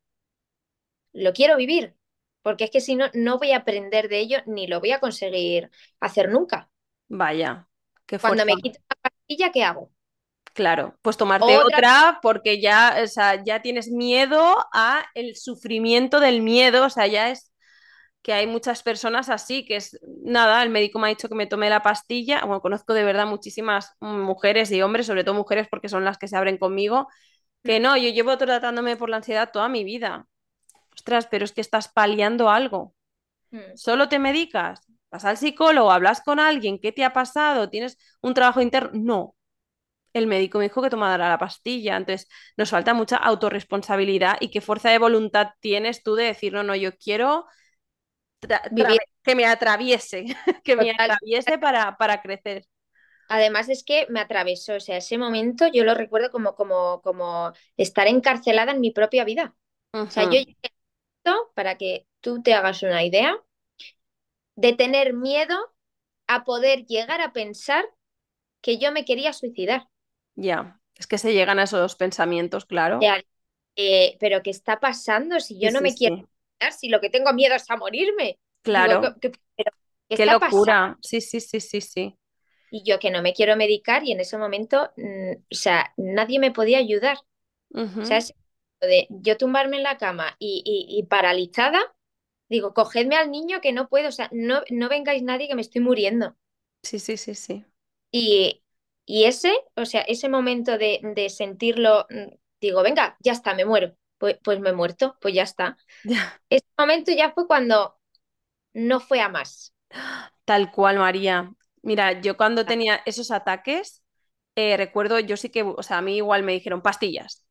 lo quiero vivir, porque es que si no, no voy a aprender de ello ni lo voy a conseguir hacer nunca. Vaya, qué Cuando fuerza. me quito la pastilla, ¿qué hago? Claro, pues tomarte Otra. otra porque ya, o sea, ya tienes miedo a el sufrimiento del miedo, o sea, ya es que hay muchas personas así, que es nada, el médico me ha dicho que me tome la pastilla, bueno, conozco de verdad muchísimas mujeres y hombres, sobre todo mujeres porque son las que se abren conmigo, que Mm, no, yo llevo tratándome por la ansiedad toda mi vida. Ostras, pero es que estás paliando algo. mm. ¿Solo te medicas? ¿Vas al psicólogo? ¿Hablas con alguien? ¿Qué te ha pasado? ¿Tienes un trabajo interno? No, el médico me dijo que tomara la pastilla. Entonces, nos falta mucha autorresponsabilidad y qué fuerza de voluntad tienes tú de decir, no, no, yo quiero tra- Vivir tra- que me atraviese, que me total. atraviese para, para crecer. Además es que me atravesó, o sea, ese momento yo lo recuerdo como, como, como estar encarcelada en mi propia vida. O sea, yo Ujú. llegué a esto, para que tú te hagas una idea, de tener miedo a poder llegar a pensar que yo me quería suicidar. Ya, es que se llegan a esos pensamientos, O claro. sea, eh, pero ¿qué está pasando si Sí, yo no sí, me quiero sí, suicidar? Si lo que tengo miedo es a morirme. Digo, ¿qué, claro. qué- pero ¿qué Qué está pasando? locura. Sí, sí, sí, sí, sí. Y yo que no me quiero medicar, y en ese momento, mm, o sea, nadie me podía ayudar. O sea, Ujú. es de yo tumbarme en la cama y, y- y paralizada, digo, cogedme al niño que no puedo, o sea, no, no vengáis nadie que me estoy muriendo. Sí, sí, sí, sí. Y, y ese, o sea, ese momento de, de sentirlo, mm, digo, venga, ya está, me muero. Pues, pues me he muerto, pues ya está. Ya. Ese momento ya fue cuando no fue a más. Tal cual, María. Mira, yo cuando tenía esos ataques, eh, recuerdo, yo sí que, o sea, a mí igual me dijeron pastillas.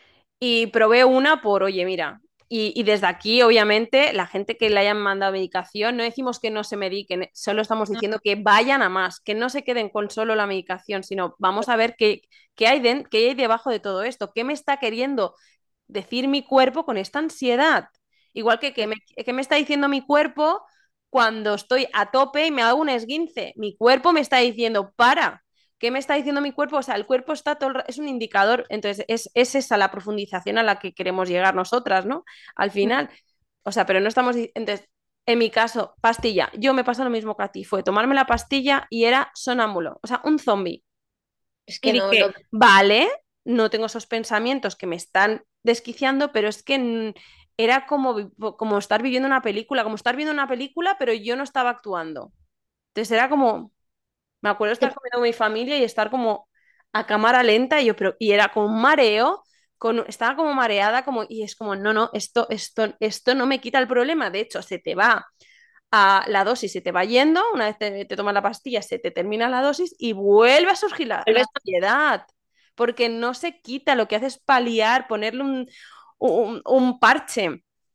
Y probé una por, oye, mira, y, y desde aquí, obviamente, la gente que le hayan mandado medicación, no decimos que no se mediquen, solo estamos diciendo que vayan a más, que no se queden con solo la medicación, sino vamos a ver qué, qué hay, den- qué hay debajo de todo esto, qué me está queriendo decir mi cuerpo con esta ansiedad. Igual que qué me, qué me está diciendo mi cuerpo cuando estoy a tope y me hago un esguince. Mi cuerpo me está diciendo, para. ¿Qué me está diciendo mi cuerpo? O sea, el cuerpo está todo el ra- es un indicador, entonces es, es esa la profundización a la que queremos llegar nosotras, ¿no? Al final, o sea, pero no estamos, di- entonces, en mi caso, pastilla, yo me pasa lo mismo que a ti, fue tomarme la pastilla y era sonámbulo, o sea, un zombie. Es Y que no, dije, no, vale, no tengo esos pensamientos que me están desquiciando, pero es que mm, era como, vi- como estar viviendo una película, como estar viendo una película, pero yo no estaba actuando. Entonces era como, me acuerdo estar te- comiendo con mi familia y estar como a cámara lenta y yo, pero, y era con un mareo, con, estaba como mareada, como, y es como, no, no, esto, esto, esto no me quita el problema, de hecho, se te va a la dosis, se te va yendo, una vez te, te tomas la pastilla, se te termina la dosis y vuelve a surgir la, la vuelves a- ansiedad, porque no se quita, lo que hace es paliar, ponerle un, un, un parche.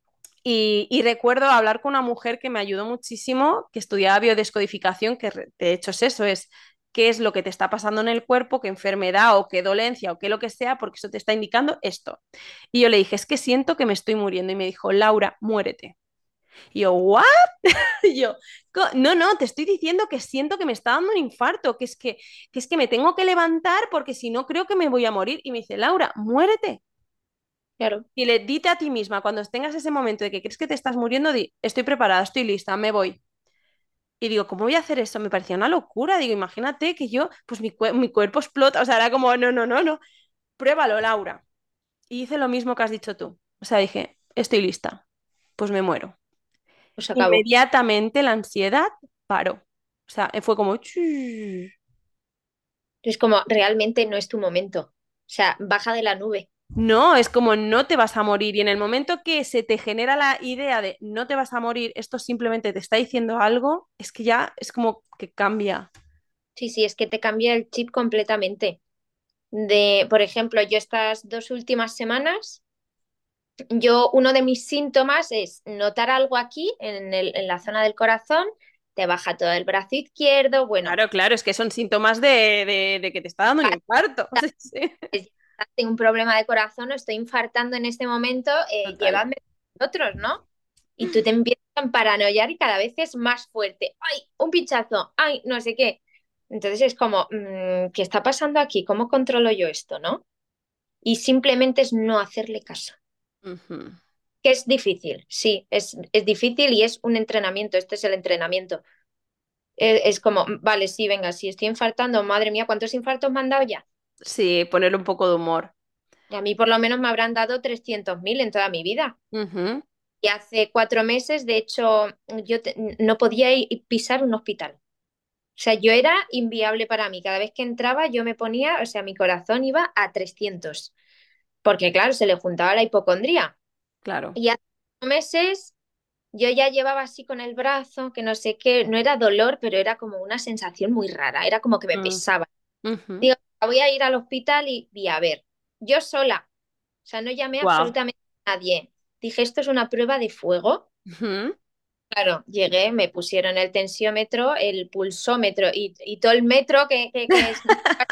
Y, y recuerdo hablar con una mujer que me ayudó muchísimo, que estudiaba biodescodificación, que re- de hecho es eso, es qué es lo que te está pasando en el cuerpo, qué enfermedad o qué dolencia o qué lo que sea, porque eso te está indicando esto. Y yo le dije, es que siento que me estoy muriendo. Y me dijo, Laura, muérete. Y yo, ¿what? Y yo, "Co- no, no, te estoy diciendo que siento que me está dando un infarto, que es que, que es que me tengo que levantar porque si no creo que me voy a morir". Y me dice, Laura, muérete. Claro, Y le dite a ti misma, cuando tengas ese momento de que crees que te estás muriendo, di, estoy preparada, estoy lista, me voy. Y digo, ¿cómo voy a hacer eso? Me parecía una locura. Digo, imagínate que yo, pues mi, cue- mi cuerpo explota. O sea, era como, no, no, no, no. Pruébalo, Laura. Y hice lo mismo que has dicho tú. O sea, dije, estoy lista. Pues me muero. pues acabó. Inmediatamente la ansiedad paró. O sea, fue como... "Chuuu". Es como, realmente no es tu momento. O sea, baja de la nube. No, es como no te vas a morir. Y en el momento que se te genera la idea de no te vas a morir, esto simplemente te está diciendo algo, es que ya es como que cambia. Sí, sí, es que te cambia el chip completamente. De, por ejemplo, yo estas dos últimas semanas, yo uno de mis síntomas es notar algo aquí en el- en la zona del corazón, te baja todo el brazo izquierdo, bueno, Claro, claro, es que son síntomas de, de- de que te está dando un infarto. Sí, sí, pues, tengo un problema de corazón o estoy infartando en este momento, eh, total. llevadme a otros, ¿no? Y tú te empiezas a paranoiar y cada vez es más fuerte. ¡Ay, un pinchazo! ¡Ay, no sé qué! Entonces es como, mm, ¿qué está pasando aquí? ¿Cómo controlo yo esto, no? Y simplemente es no hacerle caso. Ujú. Que es difícil, sí, es, es difícil y es un entrenamiento, este es el entrenamiento. Es, es como, vale, sí, venga, si estoy infartando, madre mía, ¿cuántos infartos me han dado ya? Sí, ponerle un poco de humor. A mí por lo menos me habrán dado trescientos mil en toda mi vida. Ujú. Y hace cuatro meses, de hecho, yo te- no podía ir, pisar un hospital. O sea, yo era inviable para mí. Cada vez que entraba, yo me ponía, o sea, mi corazón iba a trescientos. Porque, claro, se le juntaba la hipocondría. Claro. Y hace cuatro meses yo ya llevaba así con el brazo, que no sé qué, no era dolor, pero era como una sensación muy rara. Era como que me Mm. pesaba. Ujú. Digo, voy a ir al hospital y, y a ver. Yo sola. O sea, no llamé Guau. absolutamente a nadie. Dije, esto es una prueba de fuego. Ujú. Claro, llegué, me pusieron el tensiómetro, el pulsómetro y, y todo el metro que, que, que es.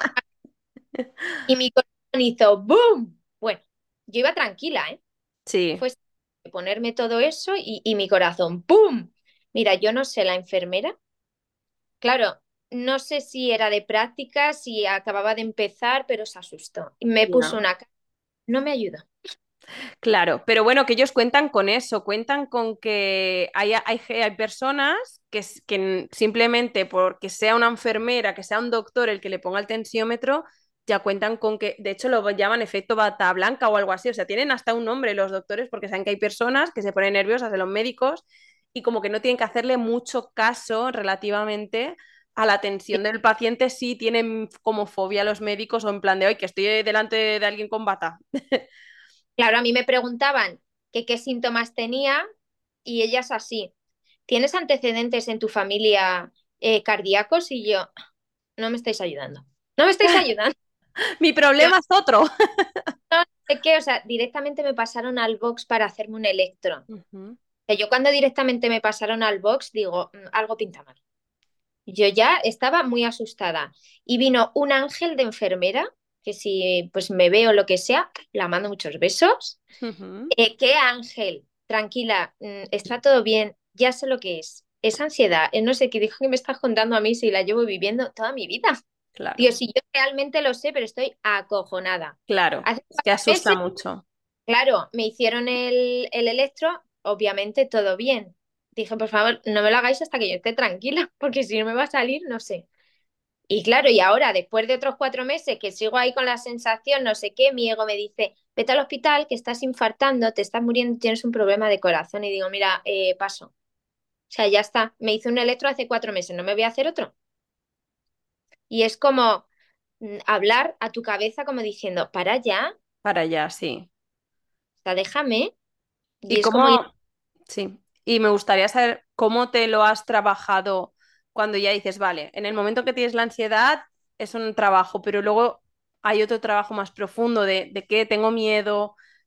Y mi corazón hizo ¡boom! Bueno, yo iba tranquila, ¿eh? Sí, Fue ponerme todo eso y, y mi corazón ¡pum! Mira, yo no sé, la enfermera, claro, no sé si era de práctica, si acababa de empezar, pero se asustó. Y me puso ya. una cara, no me ayudó. Claro, pero bueno, que ellos cuentan con eso, cuentan con que hay, hay, hay personas que, s- que n- simplemente porque sea una enfermera, que sea un doctor el que le ponga el tensiómetro, ya cuentan con que, de hecho lo llaman efecto bata blanca o algo así, o sea, tienen hasta un nombre los doctores porque saben que hay personas que se ponen nerviosas de los médicos y como que no tienen que hacerle mucho caso relativamente a la atención del paciente si tienen como fobia a los médicos o en plan de hoy que estoy delante de alguien con bata. Claro, a mí me preguntaban que qué síntomas tenía y ellas así. ¿Tienes antecedentes en tu familia eh, cardíacos? Y yo, no me estáis ayudando. No me estáis ayudando. Mi Yo problema es otro. no sé qué, o sea, directamente me pasaron al box para hacerme un electro. O Ujú. sea, yo cuando directamente me pasaron al box digo, "Mm, algo pinta mal". Yo ya estaba muy asustada y vino un ángel de enfermera, que si pues me veo lo que sea, la mando muchos besos. Ujú. Eh, ¿qué ángel? Tranquila, mm, está todo bien, ya sé lo que es. Es ansiedad, es no sé qué dijo que me estás contando a mí si la llevo viviendo toda mi vida. Claro, Dios, si yo realmente lo sé, pero estoy acojonada. claro. Hace Es que cuatro asusta meses, mucho. claro, me hicieron el, el electro, obviamente todo bien. Dije, por favor, no me lo hagáis hasta que yo esté tranquila, porque si no me va a salir, no sé. Y claro, y ahora, después de otros cuatro meses que sigo ahí con la sensación, no sé qué, mi ego me dice, vete al hospital, que estás infartando, te estás muriendo, tienes un problema de corazón. Y digo, mira, eh, paso. O sea, ya está. Me hice un electro hace cuatro meses, ¿no me voy a hacer otro? Y es como mm, hablar a tu cabeza como diciendo, para ya, Para allá, sí. o sea, déjame. ¿Y Y es como ir, cómo? Sí. Y me gustaría saber cómo te lo has trabajado cuando ya dices, vale, en el momento que tienes la ansiedad es un trabajo, pero luego hay otro trabajo más profundo de, de qué tengo miedo,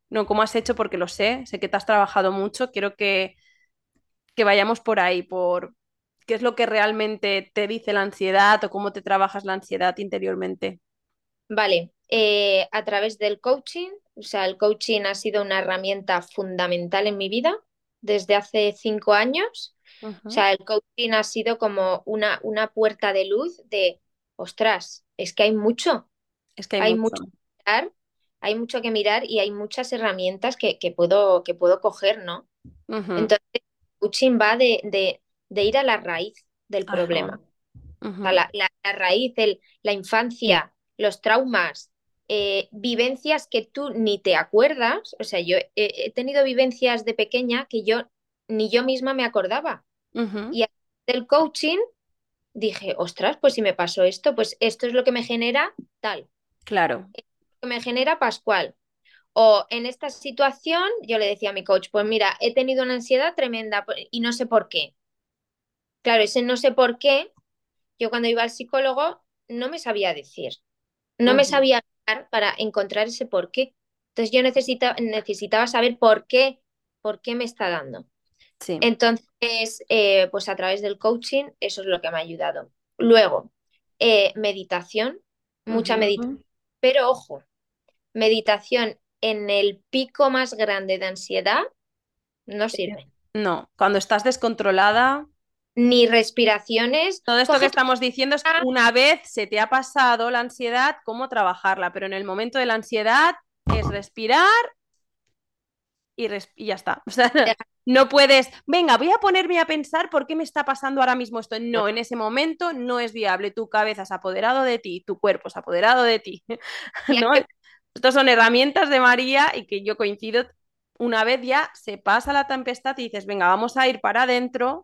no cómo has hecho porque lo sé, sé que te has trabajado mucho, quiero que, que vayamos por ahí, por qué es lo que realmente te dice la ansiedad o cómo te trabajas la ansiedad interiormente. Vale, eh, a través del coaching, o sea, el coaching ha sido una herramienta fundamental en mi vida desde hace cinco años. O Ujú. sea, el coaching ha sido como una, una puerta de luz de, ostras, es que hay mucho, Es que hay hay mucho. mucho que mirar, hay mucho que mirar y hay muchas herramientas que, que puedo, que puedo coger, ¿no? Ujú. Entonces, el coaching va de, de, de ir a la raíz del Ajá. problema. O sea, Ujú. la, la- la raíz, el- la infancia, los traumas, eh, vivencias que tú ni te acuerdas. O sea, yo he, he tenido vivencias de pequeña que yo ni yo misma me acordaba. Ujú. Y del coaching dije, ostras, pues si me pasó esto, pues esto es lo que me genera tal, Claro. que me genera Pascual. O en esta situación, yo le decía a mi coach, pues mira, he tenido una ansiedad tremenda y no sé por qué. Claro, ese no sé por qué, yo cuando iba al psicólogo no me sabía decir. No me Ujú. sabía guiar para encontrar ese por qué. Entonces yo necesita, necesitaba saber por qué, por qué me está dando. Sí. Entonces, eh, pues a través del coaching, eso es lo que me ha ayudado. Luego, eh, meditación, mucha meditación. Ujú. Pero ojo, meditación en el pico más grande de ansiedad no sirve. No, cuando estás descontrolada, Ni respiraciones, todo esto que cógete, estamos diciendo es una vez se te ha pasado la ansiedad, cómo trabajarla, pero en el momento de la ansiedad es respirar y, res- y ya está. O sea, no puedes, venga, voy a ponerme a pensar por qué me está pasando ahora mismo esto. No, en ese momento no es viable. Tu cabeza se ha apoderado de ti, tu cuerpo se ha apoderado de ti. ¿No? Estas son herramientas de María y que yo coincido. Una vez ya se pasa la tempestad y dices, venga, vamos a ir para adentro,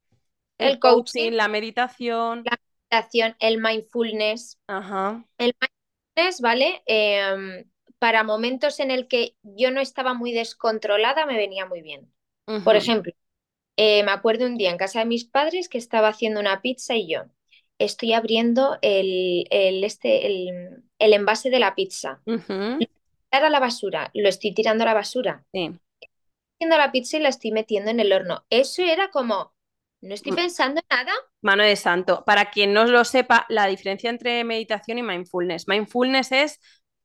el el coaching, coaching, la meditación. la meditación, el mindfulness. Ajá. El mindfulness, ¿vale? Eh, para momentos en el que yo no estaba muy descontrolada, me venía muy bien. Por Ujú. ejemplo, eh, me acuerdo un día en casa de mis padres que estaba haciendo una pizza y yo estoy abriendo el, el, este, el, el envase de la pizza. Ujú. Lo voy a tirar a la basura, lo estoy tirando a la basura. Sí. Haciendo la pizza y la estoy metiendo en el horno. Eso era como, no estoy pensando en nada. Mano de santo. Para quien no lo sepa, la diferencia entre meditación y mindfulness. Mindfulness es,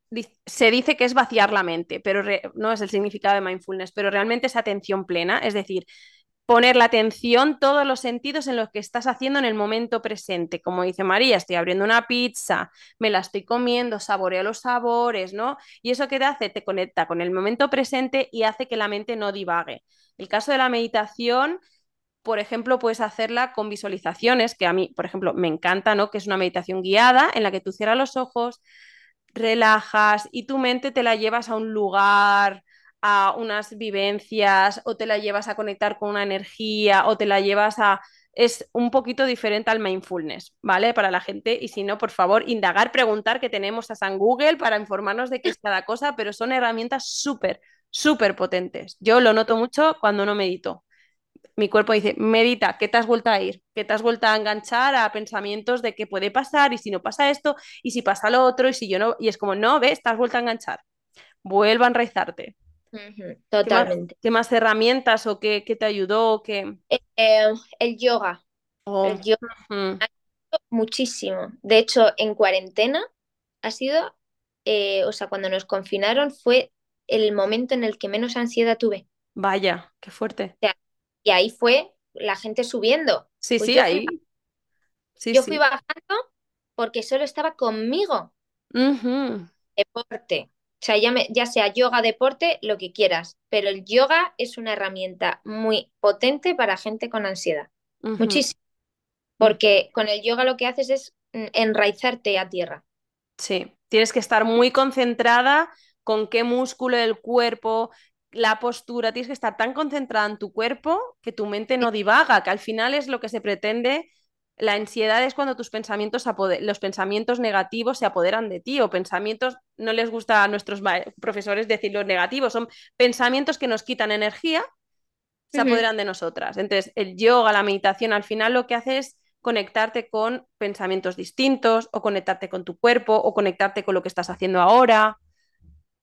se dice que es vaciar la mente, pero re- no es el significado de mindfulness, pero realmente es atención plena, es decir, poner la atención, todos los sentidos en lo que estás haciendo en el momento presente. Como dice María, estoy abriendo una pizza, me la estoy comiendo, saboreo los sabores, ¿no? Y eso que te hace, te conecta con el momento presente y hace que la mente no divague. El caso de la meditación, por ejemplo, puedes hacerla con visualizaciones, que a mí, por ejemplo, me encanta, ¿no? Que es una meditación guiada en la que tú cierras los ojos, relajas y tu mente te la llevas a un lugar, a unas vivencias, o te la llevas a conectar con una energía, o te la llevas a... Es un poquito diferente al mindfulness, ¿vale? Para la gente, y si no, por favor, indagar, preguntar, que tenemos a San Google para informarnos de qué es cada cosa, pero son herramientas súper, súper potentes. Yo lo noto mucho cuando no medito. Mi cuerpo dice, medita, ¿qué te has vuelto a ir? ¿Qué te has vuelto a enganchar a pensamientos de qué puede pasar? Y si no pasa esto, y si pasa lo otro, y si yo no, y es como, no, ves, te has vuelto a enganchar. Vuelva a enraizarte. Ujú, ¿Qué más, totalmente. qué más herramientas o qué, qué te ayudó? ¿Qué... Eh, eh, el yoga. Oh, El yoga ujú. muchísimo. De hecho, en cuarentena ha sido, eh, o sea, cuando nos confinaron fue el momento en el que menos ansiedad tuve. Vaya, qué fuerte. O sea, y ahí fue la gente subiendo. Sí, Pues sí, yo fui, ahí. Sí, yo fui sí. bajando porque solo estaba conmigo. Ujú, Deporte. O sea, ya, me- ya sea yoga, deporte, lo que quieras. Pero el yoga es una herramienta muy potente para gente con ansiedad. ujú, Muchísimo. ujú. Porque con el yoga lo que haces es mm, enraizarte a tierra. Sí, tienes que estar muy concentrada con qué músculo del cuerpo, la postura, tienes que estar tan concentrada en tu cuerpo que tu mente no divaga, que al final es lo que se pretende. La ansiedad es cuando tus pensamientos, apode- los pensamientos negativos se apoderan de ti o pensamientos, no les gusta a nuestros ma- profesores decir los negativos, son pensamientos que nos quitan energía, se Ujú. apoderan de nosotras. Entonces, el yoga, la meditación, al final lo que hace es conectarte con pensamientos distintos o conectarte con tu cuerpo o conectarte con lo que estás haciendo ahora.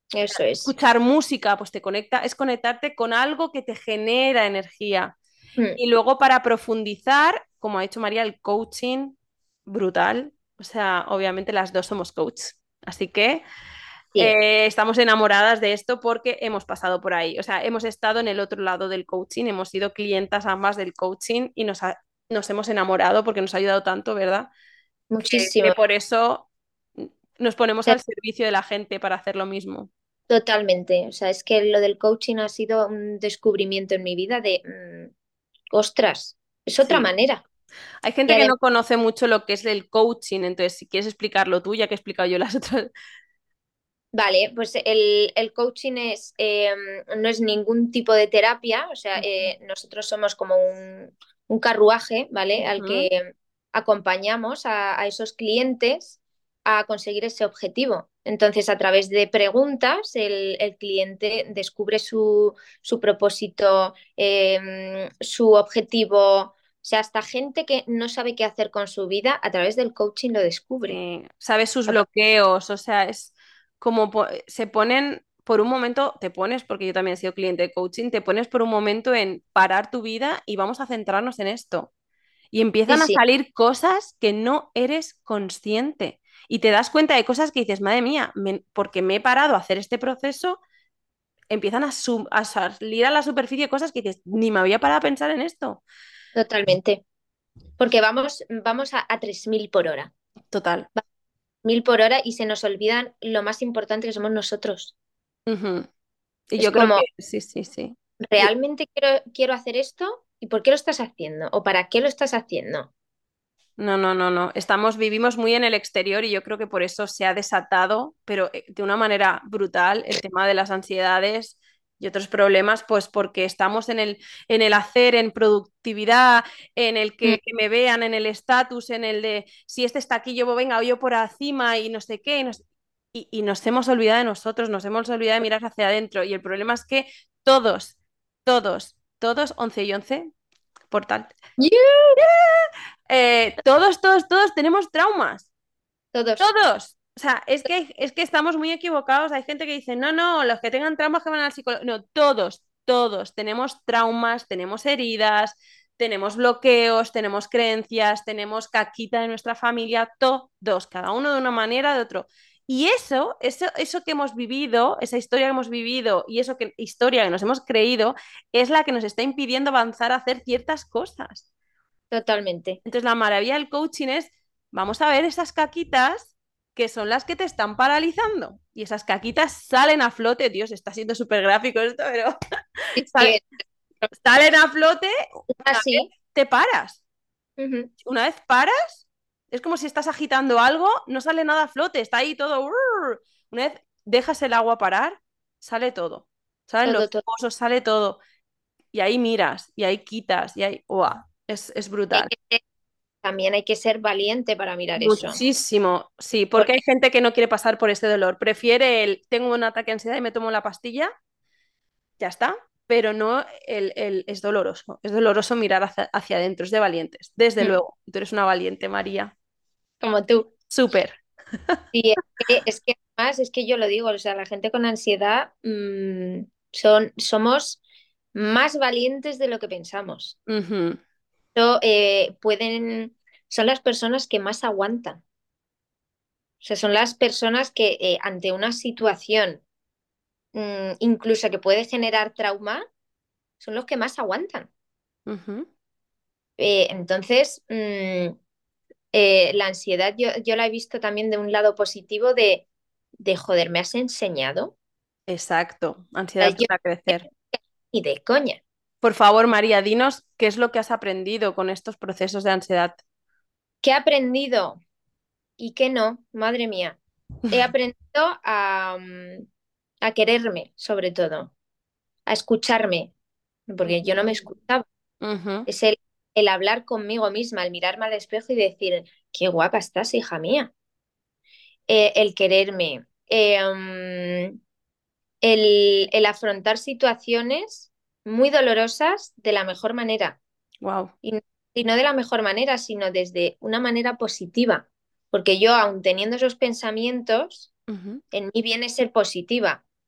Eso es. Escuchar música, pues te conecta, es conectarte con algo que te genera energía. Mm, Y luego para profundizar, como ha dicho María, el coaching, brutal. O sea, obviamente las dos somos coach. Así que sí, eh, estamos enamoradas de esto porque hemos pasado por ahí. O sea, hemos estado en el otro lado del coaching, hemos sido clientas ambas del coaching y nos, ha- nos hemos enamorado porque nos ha ayudado tanto, ¿verdad? Que, que muchísimo. por eso nos ponemos al servicio de la gente para hacer lo mismo. Totalmente. O sea, es que lo del coaching ha sido un descubrimiento en mi vida de, mm, ostras, es otra Sí. manera. Hay Y gente que además, no conoce mucho lo que es el coaching, entonces si quieres explicarlo tú, ya que he explicado yo las otras. vale, pues el, el coaching es, eh, no es ningún tipo de terapia, o sea, eh, nosotros somos como un, un carruaje, ¿vale? Al Ujú. que acompañamos a, a esos clientes a conseguir ese objetivo. Entonces, a través de preguntas, el, el cliente descubre su, su propósito, eh, su objetivo. O sea, hasta gente que no sabe qué hacer con su vida, a través del coaching lo descubre. Sí, sabes sus bloqueos, o sea, es como po- se ponen, por un momento te pones, porque yo también he sido cliente de coaching, te pones por un momento en parar tu vida y vamos a centrarnos en esto. Y Sí, empiezan a sí, salir cosas que no eres consciente. Y te das cuenta de cosas que dices, madre mía, me- porque me he parado a hacer este proceso, empiezan a, sum- a salir a la superficie cosas que dices, ni me había parado a pensar en esto. totalmente. Porque vamos, vamos a, a tres mil por hora. Total. Mil por hora y se nos olvidan lo más importante que somos nosotros. Ujú. Y Es yo creo como, que sí, sí, sí. Y- ¿realmente quiero, quiero hacer esto? ¿Y por qué lo estás haciendo? ¿O para qué lo estás haciendo? No, no, no, no. Estamos, vivimos muy en el exterior y yo creo que por eso se ha desatado, pero eh, de una manera brutal, el tema de las ansiedades y otros problemas, pues porque estamos en el, en el hacer, en productividad, en el Mm, que, que me vean, en el estatus, en el de si este está aquí, yo venga, yo por encima y no sé qué. Y nos, y, y nos hemos olvidado de nosotros, nos hemos olvidado de mirar hacia adentro. Y el problema es que todos, todos, todos, once y once, portal. ¡yeah! Eh, todos, todos, todos tenemos traumas. Todos, Todos. O sea, es que, es que estamos muy equivocados. Hay gente que dice, no, no, los que tengan traumas que van al psicólogo. No, todos, todos tenemos traumas, tenemos heridas, tenemos bloqueos, tenemos creencias, tenemos caquita de nuestra familia, todos, cada uno de una manera, de otro. Y eso, eso, eso que hemos vivido, esa historia que hemos vivido y eso que historia que nos hemos creído, es la que nos está impidiendo avanzar a hacer ciertas cosas. totalmente. Entonces, la maravilla del coaching es, vamos a ver esas caquitas que son las que te están paralizando. Y esas caquitas salen a flote. Dios, está siendo súper gráfico esto, pero Sí, sal- sí, salen a flote es una vez así. te paras. Ujú. Una vez paras, es como si estás agitando algo, no sale nada a flote, está ahí todo. Urr. Una vez dejas el agua parar, sale todo. Salen Todo, los todo. pozos, sale todo. Y ahí miras, y ahí quitas, y ahí. ¡Uah! Es, es Hay brutal. que ser- también hay que ser valiente para mirar eso. Muchísimo, sí, porque hay Porque gente que no quiere pasar por ese dolor. Prefiere el, tengo un ataque de ansiedad y me tomo la pastilla, ya está, pero no el, el- es doloroso. Es doloroso mirar hacia, hacia adentro, es de valientes, desde mm, luego. Tú eres una valiente, María. como tú. Súper. Sí, es que, es que además, es que yo lo digo, o sea, la gente con ansiedad mm, son, somos más valientes de lo que pensamos. Ujú, So, eh, pueden, son las personas que más aguantan. O sea, son las personas que eh, ante una situación mm, incluso que puede generar trauma, son los que más aguantan. ujú, Eh, entonces, mm, eh, la ansiedad yo, yo la he visto también de un lado positivo de, de joder, me has enseñado. exacto. O sea, Ansiedad yo para crecer. ni de coña. Por favor, María, dinos qué es lo que has aprendido con estos procesos de ansiedad. ¿Qué he aprendido y qué no? Madre mía. He aprendido a, mm, a quererme, sobre todo, a escucharme, porque yo no me escuchaba. Ujú, Es el, el hablar conmigo misma, el mirarme al espejo y decir, qué guapa estás, hija mía. Eh, el quererme, eh, mm, el, el afrontar situaciones muy dolorosas de la mejor manera. wow. Y, y no de la mejor manera, sino desde una manera positiva. Porque yo, aun teniendo esos pensamientos, Ujú, en mí viene ser positiva.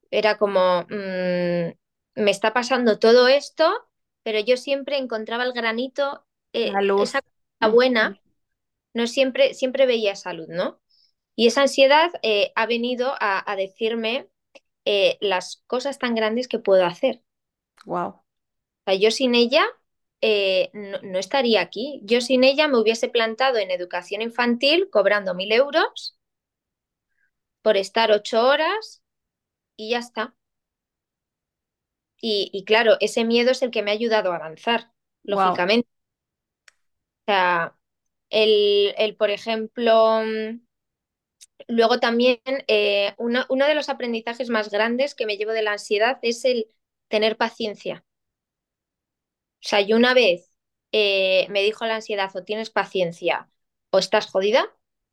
Era como, mm, me está pasando todo esto, pero yo siempre encontraba el granito, La eh, esa luz. cosa buena, no siempre, siempre veía salud, ¿no? Y esa ansiedad eh, ha venido a, a decirme eh, las cosas tan grandes que puedo hacer. Wow, O sea, yo sin ella eh, no, no estaría aquí. Yo sin ella me hubiese plantado en educación infantil cobrando mil euros por estar ocho horas y ya está. Y, y claro, ese miedo es el que me ha ayudado a avanzar, wow, lógicamente. O sea, el, el, por ejemplo, mm, luego también eh, uno, uno de los aprendizajes más grandes que me llevo de la ansiedad es el tener paciencia. O sea, yo una vez eh, me dijo la ansiedad o tienes paciencia o estás jodida,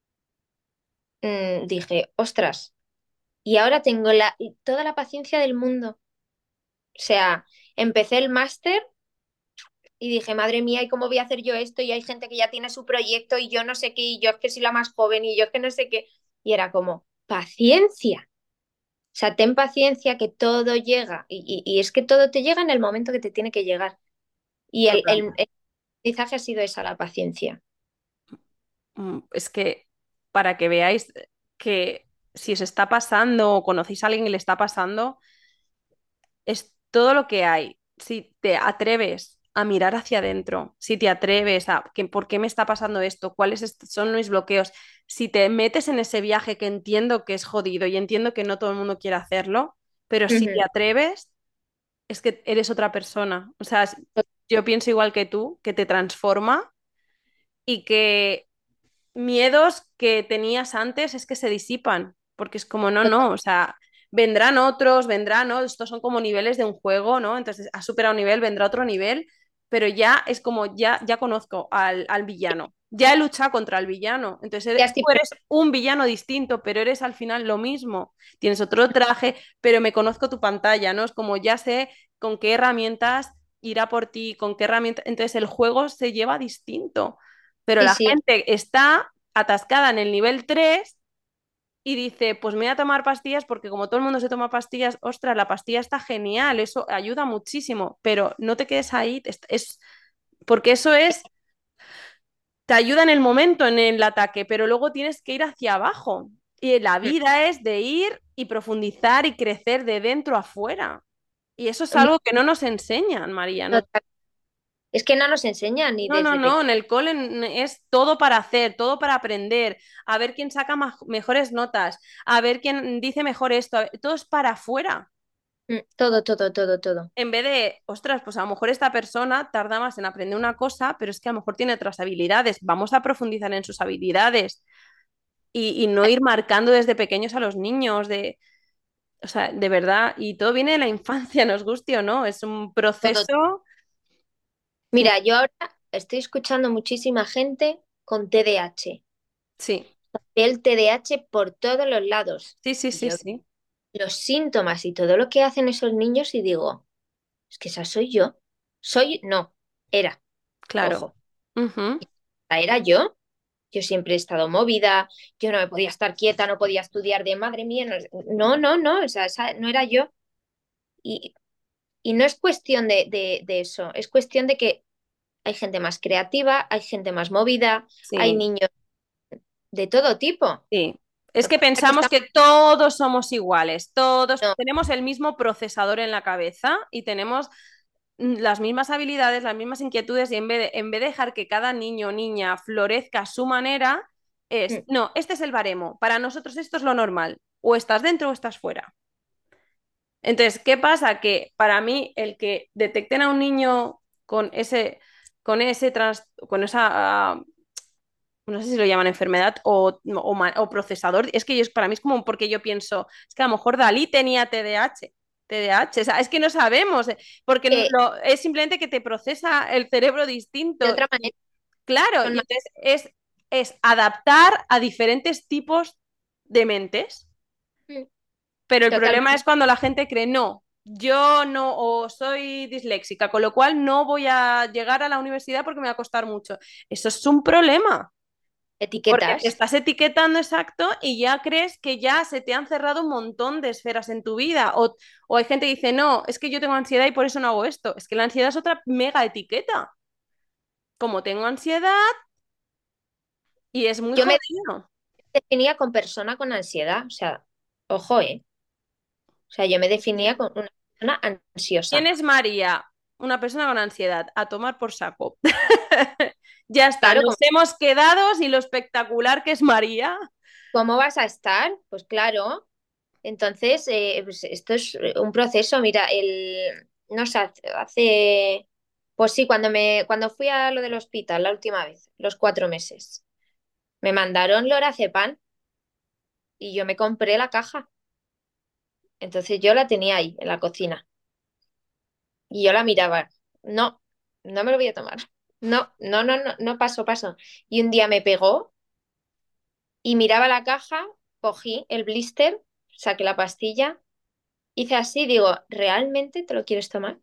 mm, dije, ostras, y ahora tengo la, toda la paciencia del mundo. O sea, empecé el máster y dije, madre mía, ¿y cómo voy a hacer yo esto? Y hay gente que ya tiene su proyecto y yo no sé qué, y yo es que soy la más joven y yo es que no sé qué. Y era como, paciencia. O sea, ten paciencia que todo llega. Y, y- y es que todo te llega en el momento que te tiene que llegar. Y el, total. el, el aprendizaje ha sido esa, la paciencia. Mm, Es que para que veáis que si os está pasando o conocéis a alguien que le está pasando, es todo lo que hay. Si te atreves a mirar hacia adentro, si te atreves a que, ¿por qué me está pasando esto? ¿Cuáles est- son mis bloqueos? Si te metes en ese viaje que entiendo que es jodido y entiendo que no todo el mundo quiere hacerlo, pero si te Ujú. atreves, es que eres otra persona. O sea, es- yo pienso igual que tú, que te transforma y que miedos que tenías antes es que se disipan, porque es como, no, no, o sea, vendrán otros, vendrán, ¿no? Estos son como niveles de un juego, ¿no? Entonces, has superado un nivel, vendrá otro nivel, pero ya es como, ya, ya conozco al, al villano, ya he luchado contra el villano, entonces Ya eres- tú estoy eres un villano distinto, pero eres al final lo mismo, tienes otro traje, pero me conozco tu pantalla, ¿no? Es como, ya sé con qué herramientas ir a por ti, con qué herramientas, entonces el juego se lleva distinto. Pero sí, la sí, gente está atascada en el nivel tres y dice, pues me voy a tomar pastillas porque como todo el mundo se toma pastillas, ostras, la pastilla está genial, eso ayuda muchísimo, pero no te quedes ahí, es, es- porque eso es, te ayuda en el momento, en el ataque, pero luego tienes que ir hacia abajo. Y la vida es de ir y profundizar y crecer de dentro a fuera. Y eso es mm, algo que no nos enseñan, María. No, total. Es que no nos enseñan ni no, no, desde no, pequeños. en el cole n- es todo para hacer, todo para aprender, a ver quién saca ma- mejores notas, a ver quién dice mejor esto, a ver- todo es para afuera. Todo, todo, todo, todo. En vez de, ostras, pues a lo mejor esta persona tarda más en aprender una cosa, pero es que a lo mejor tiene otras habilidades. Vamos a profundizar en sus habilidades y, y no ir marcando desde pequeños a los niños, de, o sea, de verdad, y todo viene de la infancia, nos guste o no, es un Todo. proceso que Mira, yo ahora estoy escuchando muchísima gente con T D A H. sí, El T D A H por todos los lados. sí, sí, Y sí, yo sí, los síntomas y todo lo que hacen esos niños y digo, es que esa soy yo. Soy, no, era, claro. ojo, Ujú. esa era yo. Yo siempre he estado movida, yo no me podía estar quieta, no podía estudiar de madre mía. No, no, no, no, o sea, esa no era yo. Y, y no es cuestión de, de, de eso, es cuestión de que hay gente más creativa, hay gente más movida, hay Sí. niños de todo tipo. Sí, es Lo que que pasa es que pensamos estamos... que todos somos iguales, todos No, tenemos el mismo procesador en la cabeza y tenemos mm, las mismas habilidades, las mismas inquietudes y en vez de, en vez de dejar que cada niño o niña florezca a su manera, es, mm, no, este es el baremo, para nosotros esto es lo normal, o estás dentro o estás fuera. Entonces, ¿qué pasa? Que para mí el que detecten a un niño con ese, con ese trans- con esa ah, no sé si lo llaman enfermedad o, o, o procesador, es que yo, para mí es como porque yo pienso, es que a lo mejor Dalí tenía T D A H, T D A H, o sea, es que no sabemos, eh, porque eh, lo, es simplemente que te procesa el cerebro de distinto. otra Y, manera, claro, son y más... entonces es, es adaptar a diferentes tipos de mentes, mm, pero el totalmente. problema es cuando la gente cree, no, yo no, o soy disléxica, con lo cual no voy a llegar a la universidad porque me va a costar mucho. Eso es un problema. Porque te etiquetas. estás etiquetando exacto y ya crees que ya se te han cerrado un montón de esferas en tu vida. O, o hay gente que dice, no, es que yo tengo ansiedad y por eso no hago esto. Es que la ansiedad es otra mega etiqueta. Como tengo ansiedad y es muy Yo me jodido. definía con persona con ansiedad, o sea, ojo, ¿eh? O sea, yo me definía con una persona ¿Quién ansiosa. es María? Una persona con ansiedad. A tomar por saco. Ya está, Claro, nos ¿cómo, hemos quedado sin lo espectacular que es María. cómo vas a estar? Pues claro. Entonces, eh, pues esto es un proceso. Mira, el, no sé, hace, hace- pues sí, cuando me, cuando fui a lo del hospital la última vez, los cuatro meses, me mandaron lorazepam y yo me compré la caja. Entonces yo la tenía ahí en la cocina y yo la miraba. No, no me lo voy a tomar. No, no, no, no, no paso, paso. Y un día me pegó y miraba la caja, cogí el blister, saqué la pastilla, hice así, digo, ¿realmente te lo quieres tomar?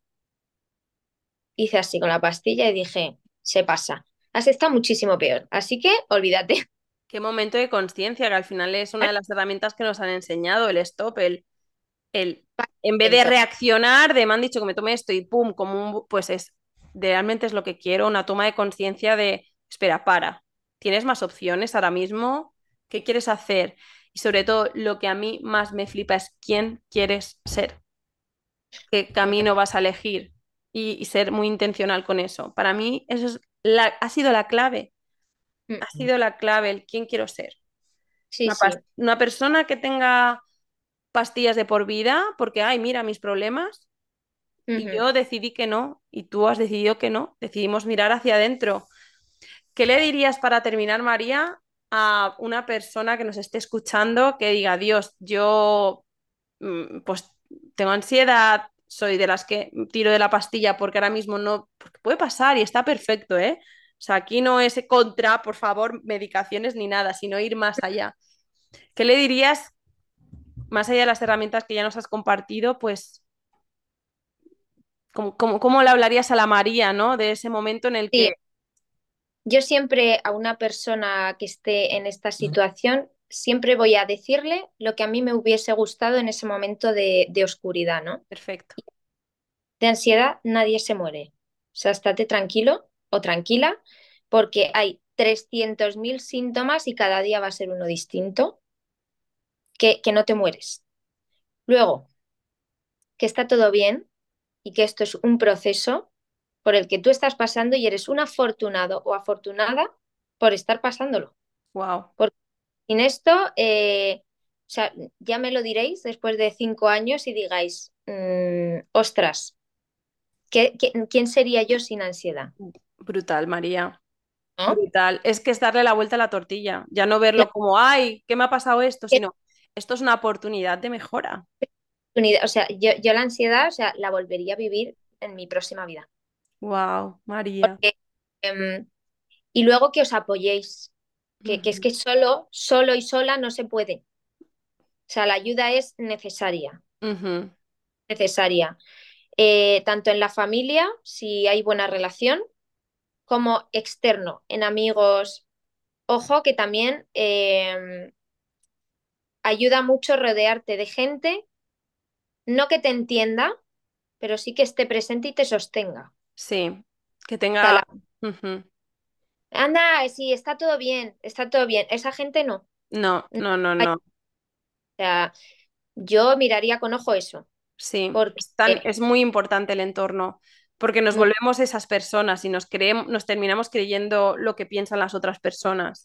Hice así con la pastilla y dije, se pasa. Has estado muchísimo peor, así que olvídate. Qué momento de conciencia, que al final es una de las herramientas que nos han enseñado, el stop, el, el en vez de Momento. reaccionar, de me han dicho que me tome esto y pum, como un, pues es, realmente es lo que quiero, una toma de conciencia de, espera, para, ¿tienes más opciones ahora mismo? ¿Qué quieres hacer? Y sobre todo, lo que a mí más me flipa es quién quieres ser, qué camino vas a elegir y, y ser muy intencional con eso. Para mí, eso es la, ha sido la clave, ha Mm, sido la clave, el quién quiero ser. sí, Una, sí. pas- una persona que tenga pastillas de por vida, porque, ay, mira mis problemas, y Ujú. yo decidí que no, y tú has decidido que no, decidimos mirar hacia adentro. ¿Qué le dirías para terminar, María, a una persona que nos esté escuchando que diga, Dios, yo mm, pues tengo ansiedad, soy de las que tiro de la pastilla porque ahora mismo no, porque puede pasar y está perfecto, ¿eh? O sea, aquí no es contra, por favor, medicaciones ni nada, sino ir más allá. ¿Qué le dirías, más allá de las herramientas que ya nos has compartido, pues, cómo, cómo, cómo le hablarías a la María, ¿no? De ese momento en el que, Sí, yo siempre a una persona que esté en esta situación, siempre voy a decirle lo que a mí me hubiese gustado en ese momento de, de oscuridad, ¿no? perfecto, De ansiedad nadie se muere. O sea, estate tranquilo o tranquila porque hay trescientos mil síntomas y cada día va a ser uno distinto, que, que no te mueres. Luego, que está todo bien y que esto es un proceso por el que tú estás pasando y eres un afortunado o afortunada por estar pasándolo. wow. Porque sin esto, eh, o sea, ya me lo diréis después de cinco años y digáis, mm, ostras, ¿qué, qué, quién sería yo sin ansiedad? Brutal, María. ¿No? Brutal. Es que es darle la vuelta a la tortilla, ya no verlo Claro, como, ay, ¿qué me ha pasado esto? qué Sino, esto es una oportunidad de mejora. oportunidad. O sea, yo, yo la ansiedad, o sea, la volvería a vivir en mi próxima vida. Wow, María. Porque, em, y luego que os apoyéis, que, que es Ujú, que solo, solo y sola no se puede. O sea, la ayuda es necesaria, ujú. necesaria. Eh, tanto en la familia, si hay buena relación, como externo, en amigos. Ojo que también eh, ayuda mucho rodearte de gente, no que te entienda, pero sí que esté presente y te sostenga. Sí, que O sea, tenga... la- Ujú. anda, sí, está todo bien, está todo bien. Esa gente no. No, No no, no, hay- no. O sea, yo miraría con ojo eso, Sí, porque es tan- es muy importante el entorno, porque nos mu- volvemos esas personas y nos creemos, nos terminamos creyendo lo que piensan las otras personas.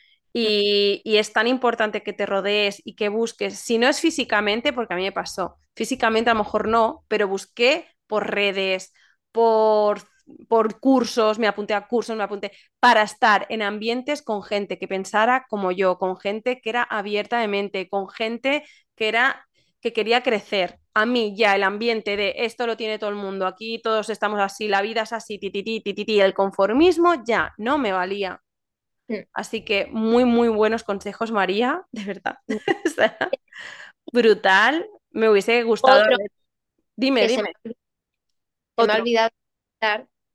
Y, y es tan importante que te rodees y que busques, si no es físicamente, porque a mí me pasó, físicamente a lo mejor no, pero busqué por redes, por, por cursos, me apunté a cursos, me apunté para estar en ambientes con gente que pensara como yo, con gente que era abierta de mente, con gente que era que quería crecer. A mí ya el ambiente de esto lo tiene todo el mundo, aquí todos estamos así, la vida es así, tititi, tititi, el conformismo ya no me valía. mm, Así que muy, muy buenos consejos, María, de verdad. mm. O sea, brutal. Me hubiese gustado Otro haber... Dime, que se me, dime. se me ha Otro. olvidado comentar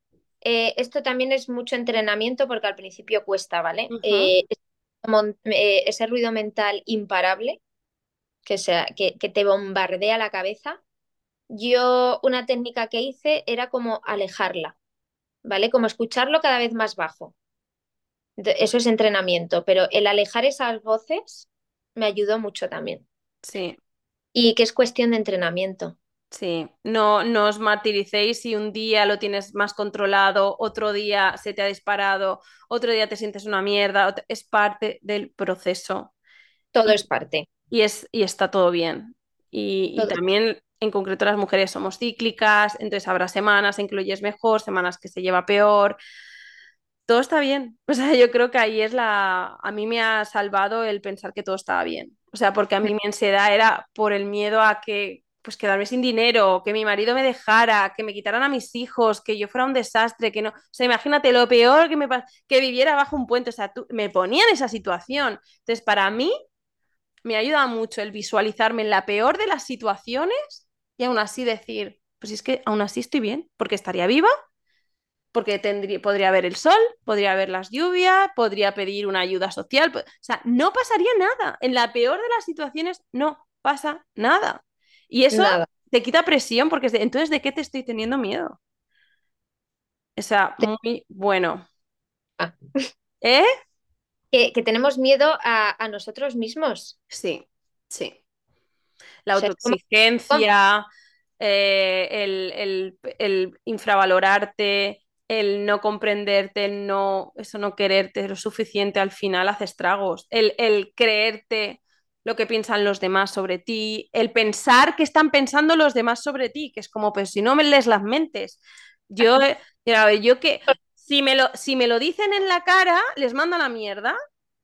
Eh, esto también es mucho entrenamiento porque al principio cuesta, ¿vale? Ujú. Eh, es como, eh, ese ruido mental imparable que, sea, que, que te bombardea la cabeza. Yo una técnica que hice era como alejarla, ¿vale? Como escucharlo cada vez más bajo. Ento- Eso es entrenamiento, pero el alejar esas voces me ayudó mucho también. Sí, Y que es cuestión de entrenamiento. sí. No, no os martiricéis si un día lo tienes más controlado, otro día se te ha disparado, otro día te sientes una mierda. ot- Es parte del proceso Todo y, es parte. y es, y está todo bien. Y, y Todo. también, en concreto, las mujeres somos cíclicas, entonces habrá semanas en que lo lleves mejor, semanas que se lleva peor. Todo está bien. O sea, yo creo que ahí es la... A mí me ha salvado el pensar que todo estaba bien. O sea, porque a mí mi ansiedad era por el miedo a que, pues, quedarme sin dinero, que mi marido me dejara, que me quitaran a mis hijos, que yo fuera un desastre, que no... O sea, imagínate lo peor que me pa- que viviera bajo un puente. O sea, tú... me ponía en esa situación. Entonces, para mí me ayuda mucho el visualizarme en la peor de las situaciones y aún así decir, pues es que aún así estoy bien, porque estaría viva, porque tendría, podría haber el sol, podría haber las lluvias, podría pedir una ayuda social, o sea, no pasaría nada. En la peor de las situaciones no pasa nada. Y eso Nada. te quita presión porque es de, entonces, ¿de qué te estoy teniendo miedo? O sea, Te- muy bueno. ah, ¿Eh? Que, que tenemos miedo a, a nosotros mismos. Sí, sí. O La sea, es como, ¿cómo? autoexigencia, eh, el, el, el infravalorarte, el no comprenderte, el no, eso no quererte lo suficiente, al final hace estragos. El, el creerte lo que piensan los demás sobre ti, el pensar que están pensando los demás sobre ti, que es como, pues si no me lees las mentes. Yo, yo, yo que si me, lo, si me lo dicen en la cara, les mando a la mierda,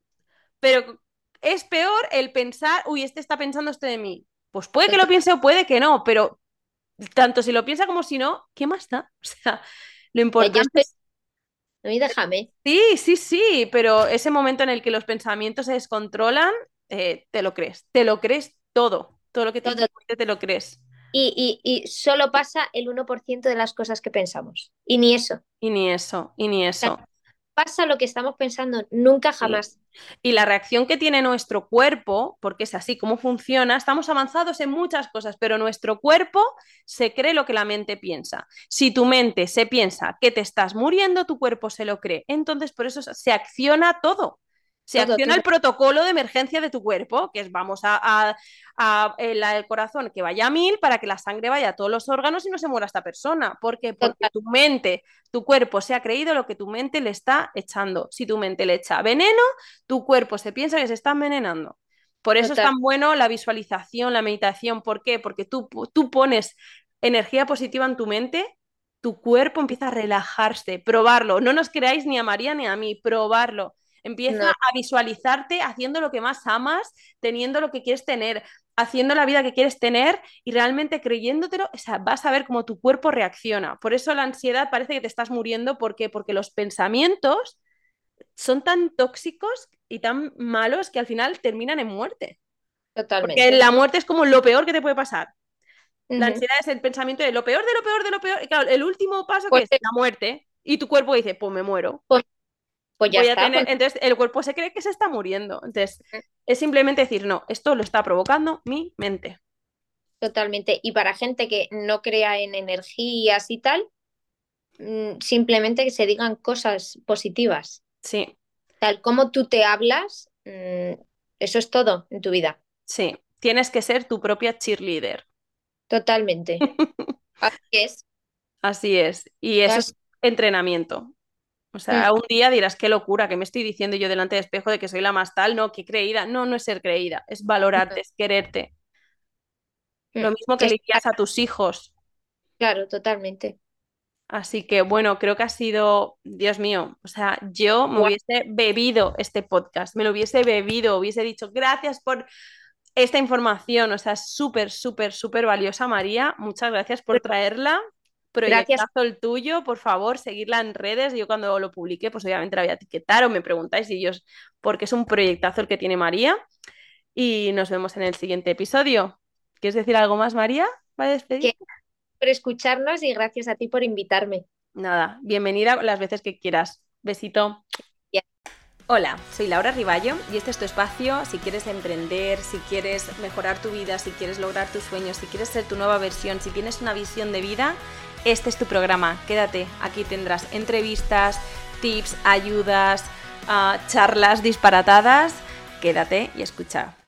pero es peor el pensar, uy, este está pensando esto de mí. Pues puede que lo Total- piense o puede que no, pero tanto si lo piensa como si no, ¿qué más da? O sea, lo Yo importante estoy, es, a mí déjame. sí, sí, sí, pero ese momento en el que los pensamientos se descontrolan, eh, te lo crees, te lo crees todo, todo lo que te dice Todo. tu mente te lo crees. Y, y, y solo pasa el uno por ciento de las cosas que pensamos. Y ni eso. O Y ni eso, y ni sea, eso. pasa lo que estamos pensando, nunca Sí. jamás. Y la reacción que tiene nuestro cuerpo, porque es así como funciona, estamos avanzados en muchas cosas, pero nuestro cuerpo se cree lo que la mente piensa. Si tu mente se piensa que te estás muriendo, tu cuerpo se lo cree. Entonces, por eso se acciona todo. Se Todo, acciona todo. el protocolo de emergencia de tu cuerpo, que es vamos a, a, a el, el, corazón que vaya a mil para que la sangre vaya a todos los órganos y no se muera esta persona. ¿Por qué? Porque Total, tu mente, tu cuerpo se ha creído lo que tu mente le está echando. Si tu mente le echa veneno, tu cuerpo se piensa que se está envenenando. Por eso es total, tan bueno la visualización, la meditación. ¿Por qué? Porque tú, tú pones energía positiva en tu mente, tu cuerpo empieza a relajarse. Probarlo. No nos creáis ni a María ni a mí, probarlo. Empieza no, a visualizarte haciendo lo que más amas, teniendo lo que quieres tener, haciendo la vida que quieres tener y realmente creyéndotelo, o sea, vas a ver cómo tu cuerpo reacciona. Por eso la ansiedad parece que te estás muriendo. ¿Por qué? Porque los pensamientos son tan tóxicos y tan malos que al final terminan en muerte. Porque totalmente. la muerte es como lo peor que te puede pasar. La Ujú. ansiedad es el pensamiento de lo peor, de lo peor, de lo peor. Y claro, el último paso que Pues, es la muerte. Y tu cuerpo dice, pues me muero. pues, pues ya Voy a está, tener. pues Entonces el cuerpo se cree que se está muriendo. Entonces es simplemente decir, no, esto lo está provocando mi mente. totalmente. Y para gente que no crea en energías y tal, mm, simplemente que se digan cosas positivas. Sí, Tal como tú te hablas, mm, eso es todo en tu vida. sí. Tienes que ser tu propia cheerleader. Totalmente. Así es. Así es. Y eso Así- es entrenamiento. O mm, sea, un día dirás, qué locura, que me estoy diciendo yo delante del espejo de que soy la más tal, no, qué creída. No, no es ser creída, es valorarte, es quererte. mm, Lo mismo que que le está dirías a tus hijos. claro, totalmente. Así que bueno, creo que ha sido, Dios mío, o sea, yo me Guau, hubiese bebido este podcast, me lo hubiese bebido, hubiese dicho gracias por esta información, o sea, es súper, súper, súper valiosa, María. Muchas gracias por pues, traerla. gracias. Proyectazo el tuyo, por favor, seguirla en redes. Yo cuando lo publique, pues obviamente la voy a etiquetar o me preguntáis y yo, porque es un proyectazo el que tiene María. Y nos vemos en el siguiente episodio. ¿Quieres decir algo más, María? ¿Va a despedir? Que por escucharnos y gracias a ti por invitarme. Nada, bienvenida las veces que quieras. Besito. Ya. Hola, soy Laura Riballo y este es tu espacio si quieres emprender, si quieres mejorar tu vida, si quieres lograr tus sueños, si quieres ser tu nueva versión, si tienes una visión de vida, este es tu programa. Quédate, aquí tendrás entrevistas, tips, ayudas, uh, charlas disparatadas. Quédate y escucha.